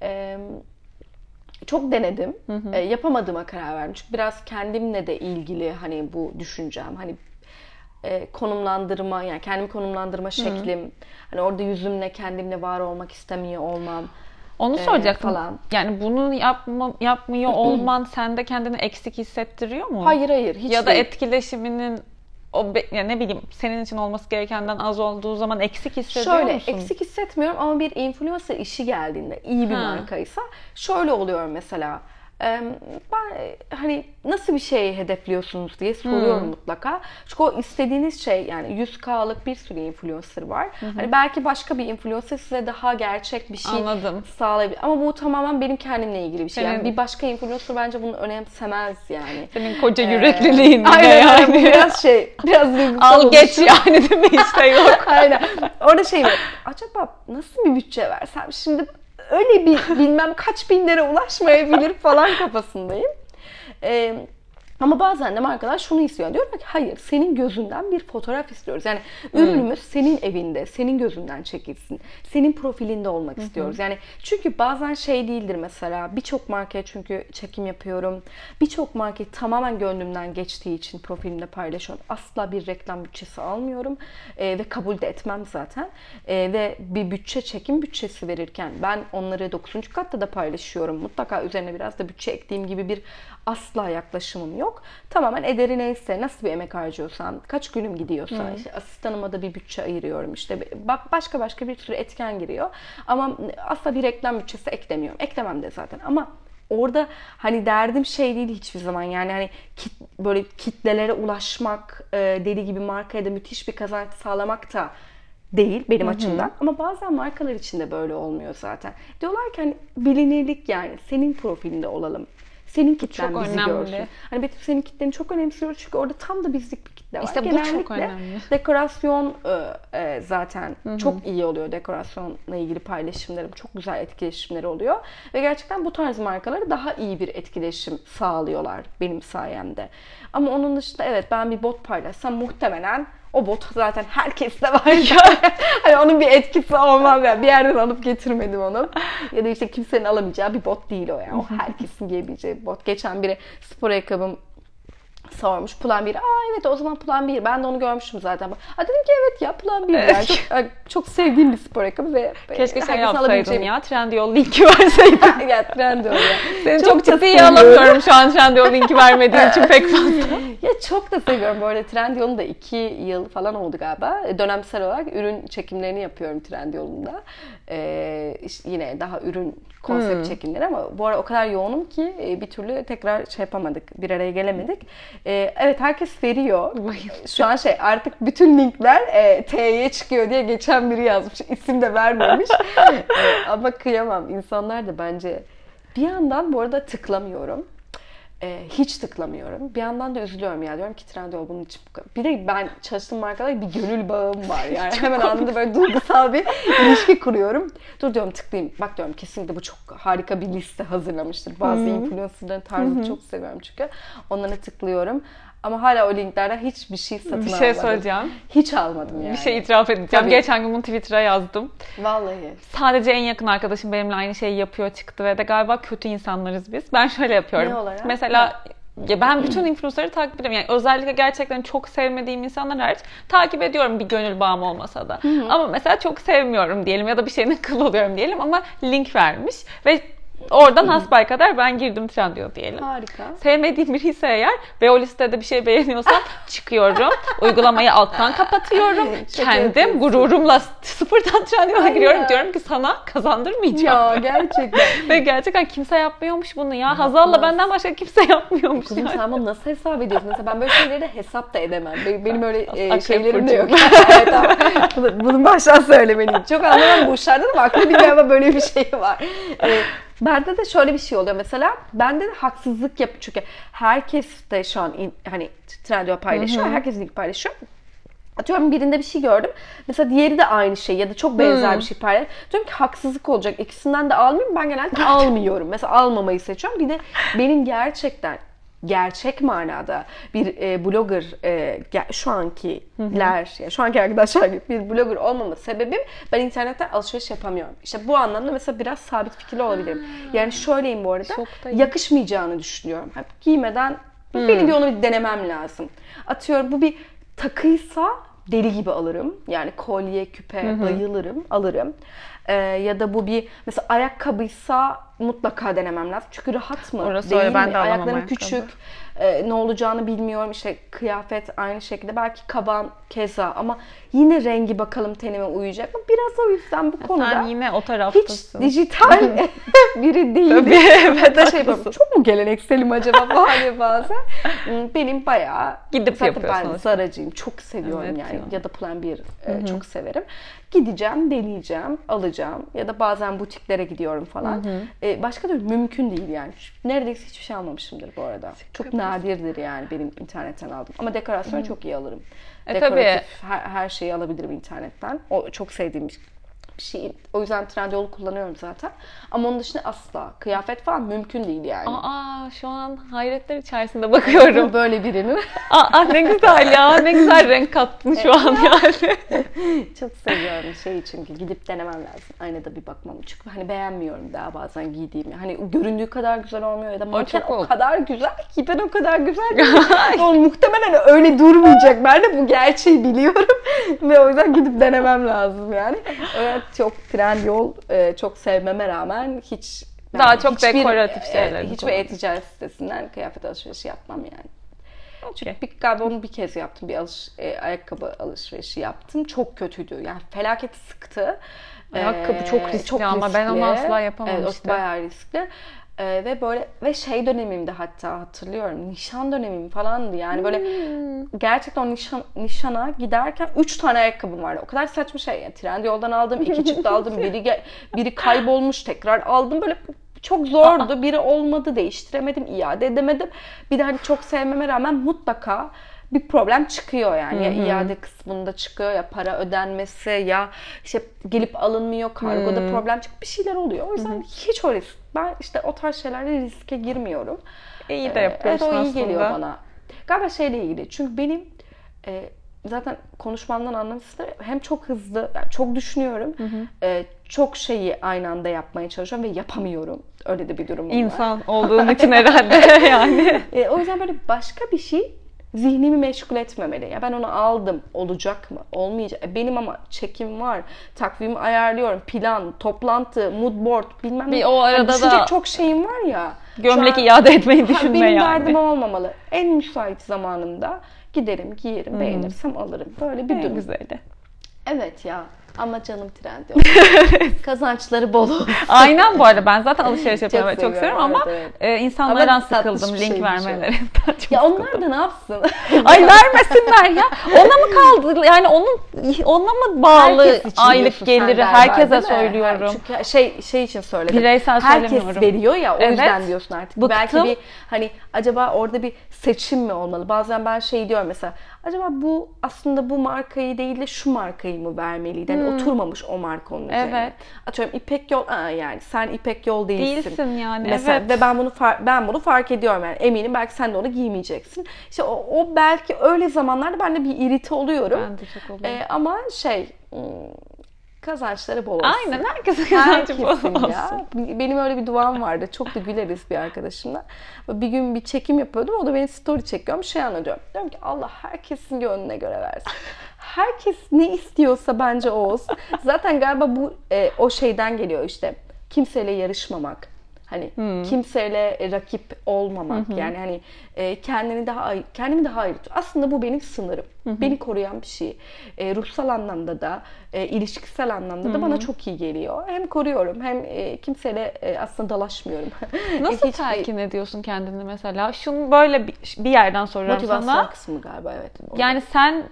Çok denedim. Yapamadığıma karar verdim. Çünkü biraz kendimle de ilgili hani bu düşüncem. Hani konumlandırma yani kendimi konumlandırma şeklim. Hani orada yüzümle kendimle var olmak istemiyor olmam. Onu soracaktım. Falan. Yani bunu yapmıyor olman sende kendini eksik hissettiriyor mu? Hayır hiç ya da değil. Etkileşiminin ya ne bileyim senin için olması gerekenden az olduğu zaman eksik hissediyor musun? Şöyle eksik hissetmiyorum ama bir influencer işi geldiğinde iyi bir markaysa şöyle oluyor mesela. Ben hani nasıl bir şey hedefliyorsunuz diye soruyorum mutlaka. Çünkü o istediğiniz şey yani 100K'lık bir sürü influencer var. Hani belki başka bir influencer size daha gerçek bir şey sağlayabilir. Ama bu tamamen benim kendimle ilgili bir şey. Yani bir başka influencer bence bunu önemsemez yani. Senin koca yürekliliğin yani. Biraz duygusal al geç yani değil mi işte yok. Aynen. Orada şey var. Acaba nasıl bir bütçe versem şimdi öyle bir bilmem kaç binlere ulaşmayabilir falan kafasındayım. Ama bazen de markalar şunu istiyor. Diyor ki hayır senin gözünden bir fotoğraf istiyoruz. Yani ürünümüz senin evinde, senin gözünden çekilsin. Senin profilinde olmak istiyoruz. Yani çünkü bazen şey değildir mesela birçok markaya çünkü çekim yapıyorum. Birçok markayı tamamen gönlümden geçtiği için profilimde paylaşıyorum. Asla bir reklam bütçesi almıyorum. Ve kabul de etmem zaten. Ve bir çekim bütçesi verirken ben onları 9. katta da paylaşıyorum. Mutlaka üzerine biraz da bütçe eklediğim gibi bir asla yaklaşımım yok. Tamamen ederi neyse, nasıl bir emek harcıyorsam, kaç günüm gidiyorsa, işte asistanıma da bir bütçe ayırıyorum. İşte başka bir sürü etken giriyor. Ama asla bir reklam bütçesi eklemiyorum. Eklemem de zaten. Ama orada hani derdim şey değil hiçbir zaman. Yani hani böyle kitlelere ulaşmak, deli gibi markaya da müthiş bir kazanç sağlamak da değil benim açımdan. Ama bazen markalar için de böyle olmuyor zaten. Diyorlar ki hani bilinirlik yani senin profilinde olalım. Senin kitlen çok bizi önemli. görsün. Hani Betül senin kitleni çok önemsiyoruz çünkü orada tam da bizlik bir kitle var. İşte bu genellikle çok önemli. Dekorasyon zaten çok iyi oluyor. Dekorasyonla ilgili paylaşımlarım, çok güzel etkileşimleri oluyor. Ve gerçekten bu tarz markalara daha iyi bir etkileşim sağlıyorlar benim sayemde. Ama onun dışında evet ben bir bot paylaşsam muhtemelen o bot zaten herkeste var. Hani onun bir etkisi olmaz yani. Bir yerden alıp getirmedim onu. Ya da işte kimsenin alamayacağı bir bot değil o yani. O herkesin giyebileceği bir bot. Geçen biri spor ayakkabım sormuş. Plan 1. Evet o zaman Plan 1. Ben de onu görmüştüm zaten. Dedim ki evet ya Plan 1. Yani çok sevdiğim bir spor ayakkabı ve keşke şey yapsaydın ya. Trendyol linki verseydin. Ya Trendyol ya. Seni çok ciddiye alamıyorum şu an Trendyol linki vermediğin için pek fazla. Ya çok da seviyorum. Bu arada Trendyol'un da 2 yıl falan oldu galiba. Dönemsel olarak ürün çekimlerini yapıyorum Trendyol'un da. İşte yine daha ürün konsept çekimleri ama bu ara o kadar yoğunum ki bir türlü tekrar şey yapamadık. Bir araya gelemedik. Evet herkes veriyor. Şu an artık bütün linkler T'ye çıkıyor diye geçen biri yazmış. İsim de vermemiş. Ama kıyamam. İnsanlar da bence bir yandan bu arada tıklamıyorum. Hiç tıklamıyorum. Bir yandan da üzülüyorum ya. Diyorum ki Trendyol bunun için bu kadar. Bir de ben çalıştığım markalarla bir gönül bağım var. Yani hemen anında böyle duygusal bir ilişki kuruyorum. Dur diyorum tıklayayım. Bak diyorum kesinlikle bu çok harika bir liste hazırlamıştır. Bazı influencerların tarzını çok seviyorum çünkü. Onlara tıklıyorum. Ama hala o linklerden hiçbir şey satın almadım. Bir şey söyleyeceğim. Hiç almadım yani. Bir şey itiraf edeceğim. Tabii. Geçen gün bunu Twitter'a yazdım. Vallahi. Sadece en yakın arkadaşım benimle aynı şeyi yapıyor çıktı ve de galiba kötü insanlarız biz. Ben şöyle yapıyorum. Ne olarak? Mesela ya ben bütün influencer'ları takip ediyorum. Yani özellikle gerçekten çok sevmediğim insanlar hariç takip ediyorum, bir gönül bağım olmasa da. Ama mesela çok sevmiyorum diyelim ya da bir şeyine kıl oluyorum diyelim ama link vermiş ve oradan hasbelkader ben girdim Trendyol diyelim. Harika. Sevmediğim biri ise eğer ve o listede bir şey beğeniyorsam çıkıyorum. Uygulamayı alttan kapatıyorum. Kendim gururumla sıfırdan Trendyol'a giriyorum. Diyorum ki sana kazandırmayacağım. Ya gerçekten. Ve gerçekten kimse yapmıyormuş bunu ya. Hazal'la benden başka kimse yapmıyormuş. Kızım yani. sen bunu nasıl hesap ediyorsun? Mesela ben böyle şeyleri de hesap da edemem. Benim öyle Akrep şeylerim de yok. burcuyum. Evet, tamam. Bunu baştan söylemeliyim. Çok anlamam bu işlerden ama aklımda bilmiyorum ama böyle bir şey var. Bende de şöyle bir şey oluyor mesela. Bende de haksızlık çünkü herkes de şu an hani Trendyol paylaşıyor. Herkes link paylaşıyor. Atıyorum birinde bir şey gördüm. Mesela diğeri de aynı şey ya da çok benzer bir şey paylaşıyor. Diyorum ki haksızlık olacak. İkisinden de almayayım. Ben genelde almıyorum. Mesela almamayı seçiyorum. Bir de benim gerçek manada bir blogger şu ankiler, yani şu anki arkadaşlar gibi bir blogger olmama sebebim ben internetten alışveriş yapamıyorum. İşte bu anlamda mesela biraz sabit fikirli olabilirim. Yani şöyleyim bu arada. Yakışmayacağını düşünüyorum. Hep giymeden benim bir onu bir denemem lazım. Atıyorum bu bir takıysa deli gibi alırım. Yani kolye, küpe bayılırım, alırım. Ya da bu bir mesela ayakkabıysa mutlaka denemem lazım. Çünkü rahat mı? Orası değil öyle, mi? ben de alamam Ayaklarım ayakkabı. küçük. Ne olacağını bilmiyorum. İşte kıyafet aynı şekilde. Belki kaban keza ama yine rengi bakalım tenime uyacak mı? Biraz o yüzden bu konuda Sen yine o hiç taraftasın. dijital biri değilim. Tabii, evet, Ya da şey yapıyorum, çok mu gelenekselim acaba falan bazen. Benim bayağı Gidip zaten yapıyorsun. ben Zara'cıyım. Çok seviyorum Evet yani. ya. Ya da Plan 1 çok severim. Gideceğim, deneyeceğim, alacağım. Ya da bazen butiklere gidiyorum falan. Başka türlü mümkün değil yani. Neredeyse hiçbir şey almamışımdır bu arada. Çok nadirdir yani benim internetten aldım. Ama dekorasyon çok iyi alırım. Dekoratif her şeyi alabilirim internetten. O çok sevdiğim bir şey. O yüzden Trendyol'u kullanıyorum zaten. Ama onun dışında asla. Kıyafet falan mümkün değil yani. Şu an hayretler içerisinde bakıyorum. Böyle birinin. Ne güzel ya. Ne güzel renk kattın şu an yani. Çok seviyorum şeyi çünkü gidip denemem lazım. Aynada bir bakmam. Çünkü hani beğenmiyorum daha bazen giydiğimi. Hani göründüğü kadar güzel olmuyor ya da manken o kadar güzel ki ben o kadar güzel değilim. O muhtemelen öyle durmayacak. Ben de bu gerçeği biliyorum. Ve o yüzden gidip denemem lazım yani. Evet, çok Trendyol çok sevmeme rağmen daha çok dekoratif şeyler. Hiçbir e-ticaret sitesinden kıyafet alışverişi yapmam yani. Okay. Çünkü galiba onu bir kez yaptım. Bir ayakkabı alışverişi yaptım. Çok kötüydü. Yani felaket sıktı. Ayakkabı çok riskli ama ben onu asla yapamam evet, işte. Bayağı riskli. Ve böyle şey dönemimde hatta hatırlıyorum. Nişan dönemim falandı yani böyle gerçekten o nişana giderken 3 tane ayakkabım vardı. O kadar saçma şey. Yani Trendyol'dan aldım, 2 çift aldım. Biri kaybolmuş, tekrar aldım. Böyle çok zordu. Biri olmadı, değiştiremedim, iade edemedim. Bir de hani çok sevmeme rağmen mutlaka bir problem çıkıyor yani. Ya iade kısmında çıkıyor, ya para ödenmesi, ya işte gelip alınmıyor, kargoda problem çıkıyor, bir şeyler oluyor. O yüzden hiç öyle. Ben işte o tarz şeylerle riske girmiyorum. İyi de yapıyorsun o iyi aslında. geliyor bana. Galiba şeyle ilgili. Çünkü benim zaten konuşmamdan anlamışsınız. Hem çok hızlı, yani çok düşünüyorum. Çok şeyi aynı anda yapmaya çalışıyorum ve yapamıyorum. Öyle de bir durumum var. İnsan olduğun için herhalde yani. O yüzden böyle başka bir şey zihnimi meşgul etmemeli. Ya ben onu aldım. Olacak mı? Olmayacak. Benim ama çekim var. Takvimi ayarlıyorum. Plan, toplantı, mood board bilmem ne. O arada düşünecek da çok şeyim var ya. gömlek iade etmeyi düşünme benim yani. derdim olmamalı. En müsait zamanımda giderim, giyerim, beğenirsem alırım. Böyle bir durum. Güzeldi. Evet ya. Ama canım Trendyol. Kazançları bol olsun. Aynen, bu arada ben zaten alışveriş yapıyorum. Çok seviyorum ama evet. insanlardan Ama sıkıldım tatlış link bir vermelerinden. Çok ya onlar sıkıldım. da ne yapsın? Ay vermesinler ya. Ona mı kaldı? Yani ona mı bağlı Herkes için aylık diyorsun geliri? sen galiba, Herkese değil mi? söylüyorum. Çünkü şey için söyledim. Bireysel söylemiyorum. Herkes veriyor ya, o yüzden Evet. diyorsun artık. Bıktım. Belki bir hani acaba orada bir seçim mi olmalı? Bazen ben şey diyorum mesela. Acaba bu aslında bu markayı değil de şu markayı mı vermeliydi? Yani oturmamış o marka onun üzerine. Evet. Atıyorum İpek Yol, yani sen İpek Yol değilsin. Değilsin yani, mesela, evet. Ve ben bunu fark ediyorum yani. Eminim belki sen de onu giymeyeceksin. İşte o belki öyle zamanlarda ben de bir irite oluyorum. Ben de çok oluyorum. Ama Kazançları bol olsun. Aynen, herkesin kazancı bol Herkesin olsun. ya. Benim öyle bir duam vardı. Çok da güleriz bir arkadaşımla. Bir gün bir çekim yapıyordum. O da beni story çekiyorum. Şey anlatıyorum. Diyorum ki Allah herkesin gönlüne göre versin. Herkes ne istiyorsa bence o olsun. Zaten galiba bu o şeyden geliyor işte. Kimseyle yarışmamak. Hani kimseyle rakip olmamak. Yani hani kendimi daha ayrı tut. Aslında bu benim sınırım. Beni koruyan bir şey. Ruhsal anlamda da, ilişkisel anlamda da bana çok iyi geliyor. Hem koruyorum hem kimseyle aslında dalaşmıyorum. Nasıl telkin ediyorsun kendini mesela? Şunu böyle bir yerden soruyorum sana. Motivasyon kısmı galiba, evet. Yani sen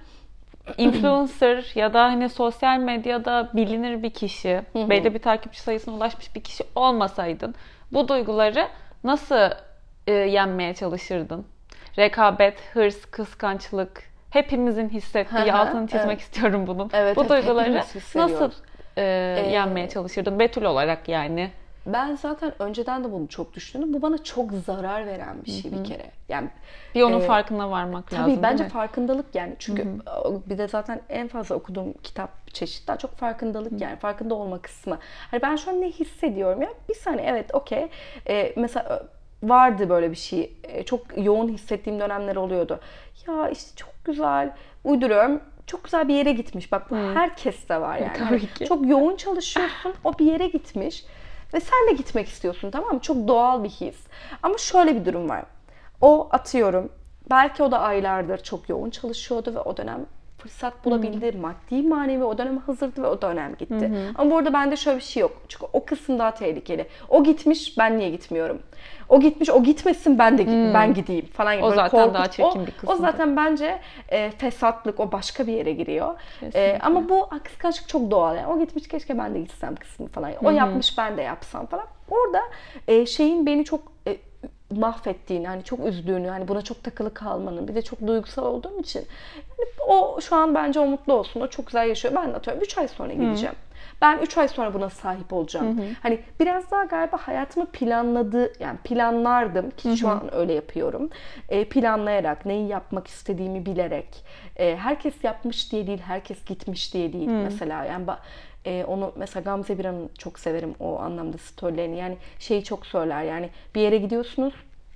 influencer ya da hani sosyal medyada bilinir bir kişi, belli bir takipçi sayısına ulaşmış bir kişi olmasaydın bu duyguları nasıl yenmeye çalışırdın? Rekabet, hırs, kıskançlık, hepimizin hissettiği, altını çizmek istiyorum bunun. Evet, bu duyguları nasıl nasıl yenmeye çalışırdın? Betül olarak yani. Ben zaten önceden de bunu çok düşündüm. Bu bana çok zarar veren bir şey bir kere. Yani bir onun farkına varmak lazım. Tabii bence değil mi? farkındalık yani. Çünkü bir de zaten en fazla okuduğum kitap çeşit daha çok farkındalık yani. Farkında olma kısmı. Hani ben şu an ne hissediyorum ya? Bir saniye, evet, okey. Mesela vardı böyle bir şey. Çok yoğun hissettiğim dönemler oluyordu. Ya işte çok güzel, uyduruyorum. Çok güzel bir yere gitmiş. Bak bu herkeste var yani. Tabii ki. Çok yoğun çalışıyorsun. O bir yere gitmiş. Ve sen de gitmek istiyorsun, tamam mı? Çok doğal bir his. Ama şöyle bir durum var. O, atıyorum, belki o da aylardır çok yoğun çalışıyordu ve o dönem fırsat bulabildi. Maddi manevi o dönem hazırdı ve o dönem gitti. Ama bu arada bende şöyle bir şey yok. Çünkü o kısım daha tehlikeli. O gitmiş, ben niye gitmiyorum? O gitmiş, o gitmesin, ben gideyim falan gibi. O Böyle zaten korkunç. daha çirkin bir kısım. O zaten bence fesatlık, o başka bir yere giriyor. Ama bu kıskançlık çok doğal. Yani o gitmiş, keşke ben de gitsem kısmı falan. O yapmış, ben de yapsam falan. Orada şeyin beni çok mahvettiğini, hani çok üzdüğünü, hani buna çok takılı kalmanın, bir de çok duygusal olduğum için yani o şu an bence o mutlu olsun, o çok güzel yaşıyor. Ben de atıyorum 3 ay sonra gideceğim. Ben 3 ay sonra buna sahip olacağım. Hani biraz daha galiba hayatımı yani planlardım ki şu an öyle yapıyorum. Planlayarak, neyi yapmak istediğimi bilerek. Herkes yapmış diye değil, herkes gitmiş diye değil mesela. Yani onu mesela Gamze Biran'ı çok severim o anlamda storylerini. Yani şeyi çok söyler, yani bir yere gidiyorsunuz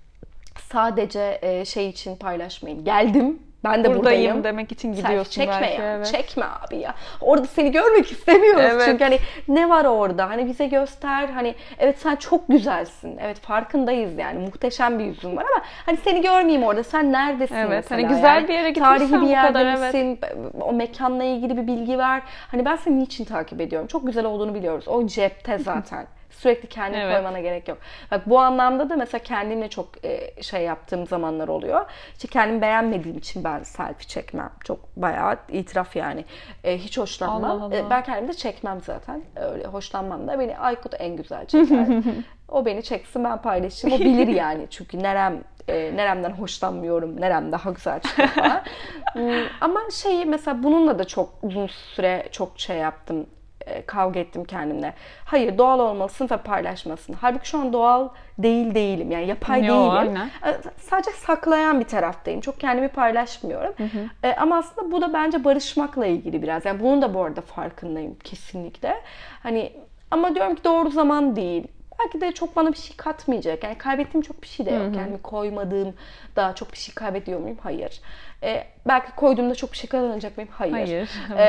sadece şey için paylaşmayın. Geldim, ben de buradayım demek için gidiyorsun çekme belki. ya. Evet. Çekme abi ya. Orada seni görmek istemiyoruz. Evet. Çünkü hani ne var orada? Hani bize göster. Hani evet sen çok güzelsin. Evet farkındayız yani. Muhteşem bir yüzün var ama hani seni görmeyeyim orada. Sen neredesin Evet. mesela? Hani güzel yani, bir yere gitmişsen tarihi bir bu yerde kadar, misin? Evet. O mekanla ilgili bir bilgi ver. Hani ben seni niçin takip ediyorum? Çok güzel olduğunu biliyoruz. O cepte zaten. Sürekli kendini koymana gerek yok. Bak bu anlamda da mesela kendimle çok şey yaptığım zamanlar oluyor. İşte kendimi beğenmediğim için ben selfie çekmem. Çok bayağı itiraf yani. Hiç hoşlanmam. Allah Allah. Ben kendimi de çekmem zaten. Öyle hoşlanmam da. Beni Aykut en güzel çeker. O beni çeksin, ben paylaşayım. O bilir yani. Çünkü neremden hoşlanmıyorum, nerem daha güzel çıkıyor falan. Ama şeyi mesela bununla da çok uzun süre çok şey yaptım. Kavga ettim kendimle. Hayır, doğal olmalısın ve paylaşmasın. Halbuki şu an doğal değilim. Yani yapay değilim. Aynen. Sadece saklayan bir taraftayım. Çok kendimi paylaşmıyorum. Ama aslında bu da bence barışmakla ilgili biraz. Yani bunun da bu arada farkındayım kesinlikle. Hani ama diyorum ki doğru zaman değil. Belki de çok bana bir şey katmayacak. Yani kaybettiğim çok bir şey de yok. Kendimi koymadığım daha çok bir şey kaybediyor muyum? Hayır. Belki koyduğumda çok bir şey kazanacak mıyım? Hayır.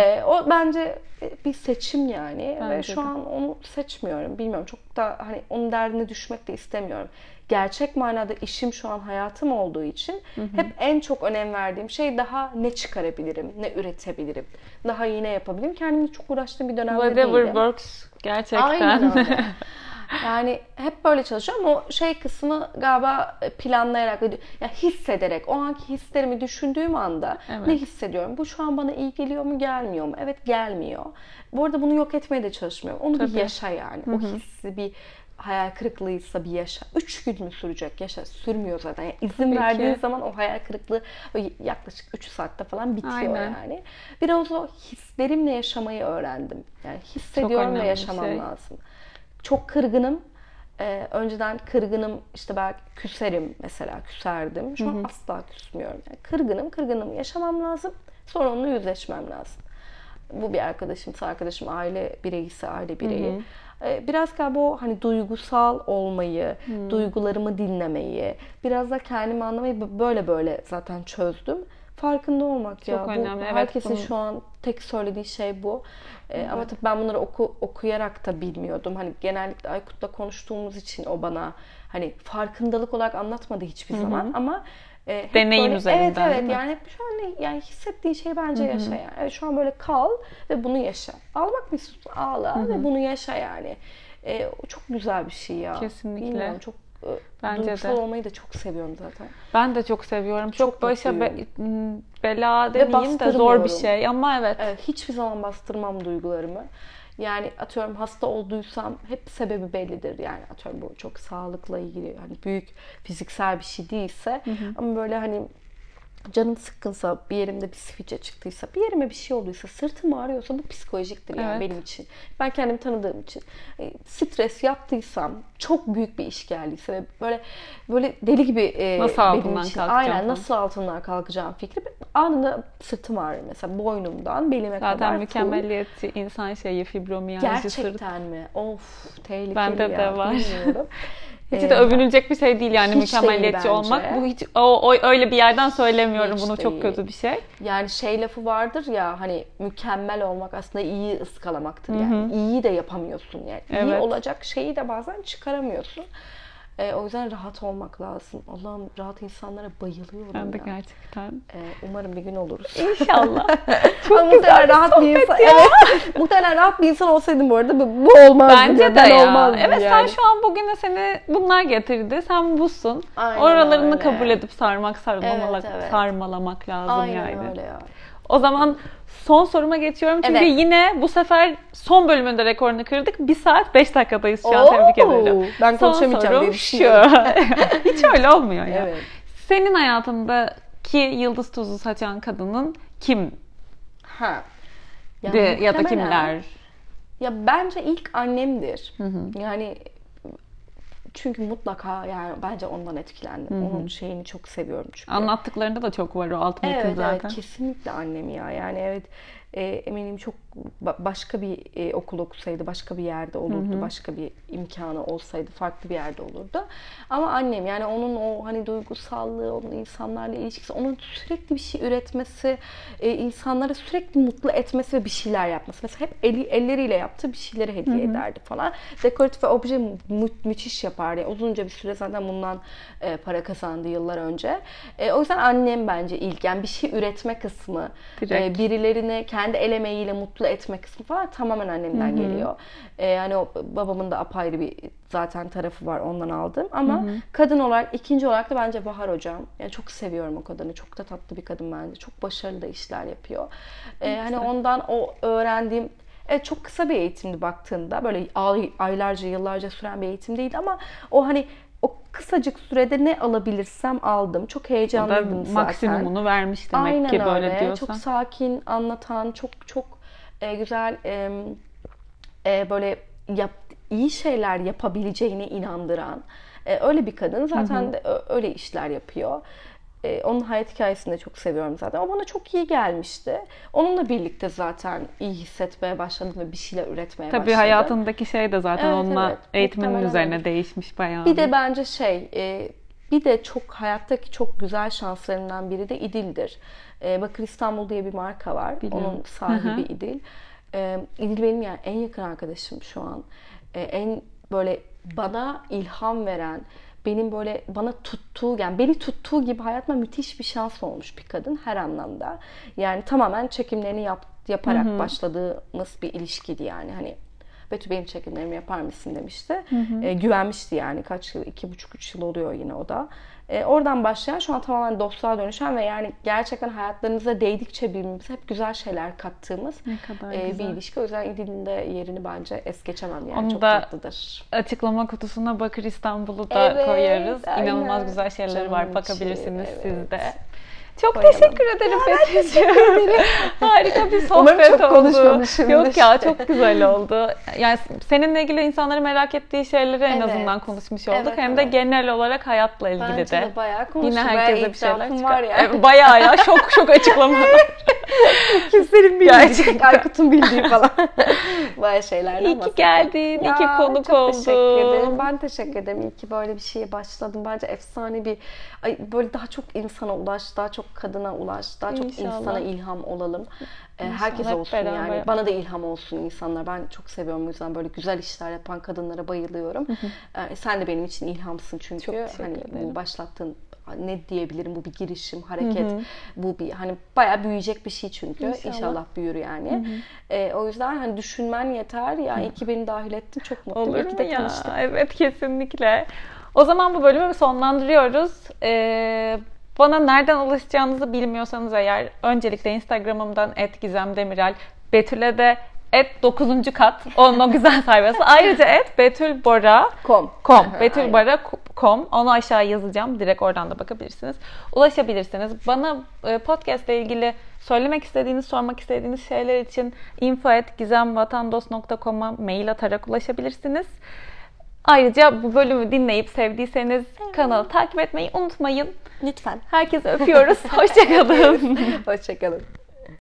O bence bir seçim yani. Bence Ve şu de. an onu seçmiyorum. Bilmiyorum, çok da hani onun derdine düşmek de istemiyorum. Gerçek manada işim şu an hayatım olduğu için hep en çok önem verdiğim şey daha ne çıkarabilirim, ne üretebilirim, daha iyi ne yapabilirim. Kendimle çok uğraştığım bir dönemde Whatever değilim. works gerçekten. Aynen öyle. Yani hep böyle çalışıyorum. O şey kısmı galiba planlayarak, ya hissederek, o anki hislerimi düşündüğüm anda ne hissediyorum? Bu şu an bana iyi geliyor mu, gelmiyor mu? Evet, gelmiyor. Bu arada bunu yok etmeye de çalışmıyorum. Onu bir yaşa yani. O hissi bir hayal kırıklığıysa bir yaşa. 3 gün mü sürecek? Yaşa. Sürmüyor zaten. Yani izin verdiğin zaman o hayal kırıklığı yaklaşık 3 saatte falan bitiyor yani. Biraz o hislerimle yaşamayı öğrendim. Yani hissediyorum ve yaşamam lazım. Çok kırgınım. Önceden kırgınım, işte belki küserim mesela, küserdim. Şu an asla küsmüyorum. Yani kırgınım yaşamam lazım. Sonra onunla yüzleşmem lazım. bu bir arkadaşımsa arkadaşım, aile bireyi ise aile bireyi. Biraz galiba o hani duygusal olmayı, duygularımı dinlemeyi, biraz da kendimi anlamayı böyle zaten çözdüm. Farkında olmak Çok ya. önemli. Evet, Herkesin şu an tek söylediği şey bu. Ama tabii ben bunları okuyarak da bilmiyordum. Hani genellikle Aykut'la konuştuğumuz için o bana hani farkındalık olarak anlatmadı hiçbir zaman ama deneyim böyle, üzerinden. Evet yani şu an yani hissettiğin şeyi bence yaşa yani. Evet, şu an böyle kal ve bunu yaşa. Ağlamak mı istiyorsun? Ağla ve bunu yaşa yani. Çok güzel bir şey ya. Kesinlikle. Bilmiyorum, çok Bence duygusal de. olmayı da çok seviyorum zaten. Ben de çok seviyorum. Çok başa bela Ve demeyeyim de zor bir şey ama evet. Evet, hiçbir zaman bastırmam duygularımı. Yani atıyorum hasta olduysam hep sebebi bellidir. Yani atıyorum bu çok sağlıkla ilgili hani büyük fiziksel bir şey değilse ama böyle hani canım sıkkınsa, bir yerimde bir sivilce çıktıysa, bir yerime bir şey olduysa, sırtım ağrıyorsa bu psikolojiktir yani benim için. Ben kendimi tanıdığım için. Stres yaptıysam, çok büyük bir iş geldiyse ve böyle deli gibi nasıl benim için aynen nasıl altından kalkacağım fikri anında sırtım ağrıyor mesela boynumdan belime kadar. Zaten mükemmeliyetçi insan şeyi fibromiyalji gerçekten mi? Of, tehlikeli bende ya. de var. Bilmiyorum. Hiç de övünülecek bir şey değil yani hiç mükemmeliyetçi değil olmak. Bu hiç öyle bir yerden söylemiyorum, hiç bunu değil. çok kötü bir şey. Yani şey lafı vardır ya hani mükemmel olmak aslında iyi ıskalamaktır yani. İyiyi de yapamıyorsun yani. Evet. İyi olacak şeyi de bazen çıkaramıyorsun. O yüzden rahat olmak lazım. Allah'ım, rahat insanlara bayılıyorum Ben de ya. gerçekten. Umarım bir gün oluruz. İnşallah. Çok güzel rahat bir insan. ya. Evet. Muhtemelen rahat bir insan olsaydım bu arada bu olmazdı. Bence de ben ya. olmazdım Evet yani. sen şu an bugüne seni bunlar getirdi. Sen busun. Aynen Oralarını öyle. kabul edip Evet. sarmalamak lazım Aynen yani. öyle ya. O zaman son soruma geçiyorum. Çünkü yine bu sefer son bölümünde rekorunu kırdık. 1 saat 5 dakikadayız şu an. Tebrik ederim. Ben Son konuşamayacağım diye sorum düşünüyorum. şu. Hiç öyle olmuyor ya. Evet. Senin hayatındaki yıldız tuzu saçan kadının kim? Ya da kimler? Ya bence ilk annemdir. Yani çünkü mutlaka yani bence ondan etkilendim. Onun şeyini çok seviyorum çünkü. Anlattıklarında da çok var o alt metin zaten. Evet, kesinlikle annem ya. Yani evet, eminim çok başka bir okul okusaydı başka bir yerde olurdu. Başka bir imkanı olsaydı farklı bir yerde olurdu. Ama annem yani onun o hani duygusallığı, onun insanlarla ilişkisi, onun sürekli bir şey üretmesi, insanları sürekli mutlu etmesi ve bir şeyler yapması. Mesela hep elleriyle yaptığı bir şeyleri hediye ederdi falan. Dekoratif ve obje müthiş yapardı. Yani uzunca bir süre zaten bundan para kazandı yıllar önce. O yüzden annem bence ilk. Yani bir şey üretme kısmı, birilerini kendi el emeğiyle mutlu etme kısmı falan tamamen annemden geliyor. Hani o babamın da apayrı bir zaten tarafı var, ondan aldım. Ama kadın olarak, ikinci olarak da bence Bahar hocam. Yani çok seviyorum o kadını. Çok da tatlı bir kadın bence. Çok başarılı da işler yapıyor. Hani ondan o öğrendiğim, evet, çok kısa bir eğitimdi baktığında. Böyle aylarca, yıllarca süren bir eğitim değildi ama o hani o kısacık sürede ne alabilirsem aldım. Çok heyecanlıydım zaten. Maksimumunu vermiş demek aynen ki böyle öyle. diyorsan. Çok sakin anlatan, çok güzel böyle iyi şeyler yapabileceğine inandıran öyle bir kadın. Zaten de öyle işler yapıyor. Onun hayat hikayesini de çok seviyorum zaten. O bana çok iyi gelmişti. Onunla birlikte zaten iyi hissetmeye başladım ve bir şeyler üretmeye başladım. Tabii hayatındaki şey de zaten onunla eğitiminin muhtemelen üzerine öyle. değişmiş bayağı. Bir de bence bir de çok hayattaki çok güzel şanslarından biri de İdil'dir. Bakır İstanbul diye bir marka var. Biliyorum. Onun sahibi İdil. İdil benim yani en yakın arkadaşım şu an. En böyle bana ilham veren, benim böyle beni tuttuğu gibi hayatıma müthiş bir şans olmuş bir kadın her anlamda. Yani tamamen çekimlerini yaparak başladığımız bir ilişkiydi yani. Hani Betül benim çekimlerimi yapar mısın demişti. Güvenmişti yani, kaç yıl, 2,5-3 yıl oluyor yine o da. Oradan başlayan, şu an tamamen dostluğa dönüşen ve yani gerçekten hayatlarımıza değdikçe birbirimize hep güzel şeyler kattığımız bir ilişki. O yüzden İdil'in de yerini bence es geçemem yani. Onu çok tatlıdır. Açıklama kutusuna Bakır İstanbul'u da koyarız. İnanılmaz güzel şeyleri var. Bakabilirsiniz siz de. Çok teşekkür ederim Betül'cüğüm. Harika bir sohbet çok oldu. konuşmamışımdır. Yok ya, çok güzel oldu. Yani seninle ilgili insanları merak ettiği şeyleri en azından konuşmuş olduk. Evet, hem de genel olarak hayatla ilgili bence de bayağı konuştum. Yine herkese bir şeyler var çıkar. yani. Bayağı ya, çok açıklamalar. Kimsenin bilmediği, Aykut'un bildiği falan. Böyle şeylerden İyi ki geldin, iyi ki konuk çok oldun. teşekkür ederim. Ben teşekkür ederim. İyi ki böyle bir şeye başladım. Bence efsane bir, böyle daha çok insana ulaş, daha çok kadına ulaş, daha çok İnşallah. insana ilham olalım. Herkes hep olsun beraber. yani. Bana da ilham olsun insanlar. Ben çok seviyorum o yüzden böyle güzel işler yapan kadınlara bayılıyorum. Sen de benim için ilhamsın çünkü. Çok teşekkür Hani ederim. bu başlattığın, ne diyebilirim, bu bir girişim, hareket. Bu bir hani bayağı büyüyecek bir şey çünkü. İnşallah büyür yani. O yüzden hani düşünmen yeter. Ya iyi ki beni dahil ettin. Çok mutluyum. Olur İyi ki mu de ya? tanıştık. Evet, kesinlikle. O zaman bu bölümü sonlandırıyoruz. Bana nereden ulaşacağınızı bilmiyorsanız eğer öncelikle Instagram'ımdan @gizemdemirel, Betül'e de @9. Onun o güzel sayfası. Ayrıca @betülbora.com. Betülbora.com. Onu aşağı yazacağım. Direkt oradan da bakabilirsiniz. Ulaşabilirsiniz. Bana podcast ile ilgili söylemek istediğiniz, sormak istediğiniz şeyler için info@gizemvatandos.com'a mail atarak ulaşabilirsiniz. Ayrıca bu bölümü dinleyip sevdiyseniz kanalı takip etmeyi unutmayın. Lütfen. Herkese öpüyoruz. Hoşça kalın. Hoşça kalın.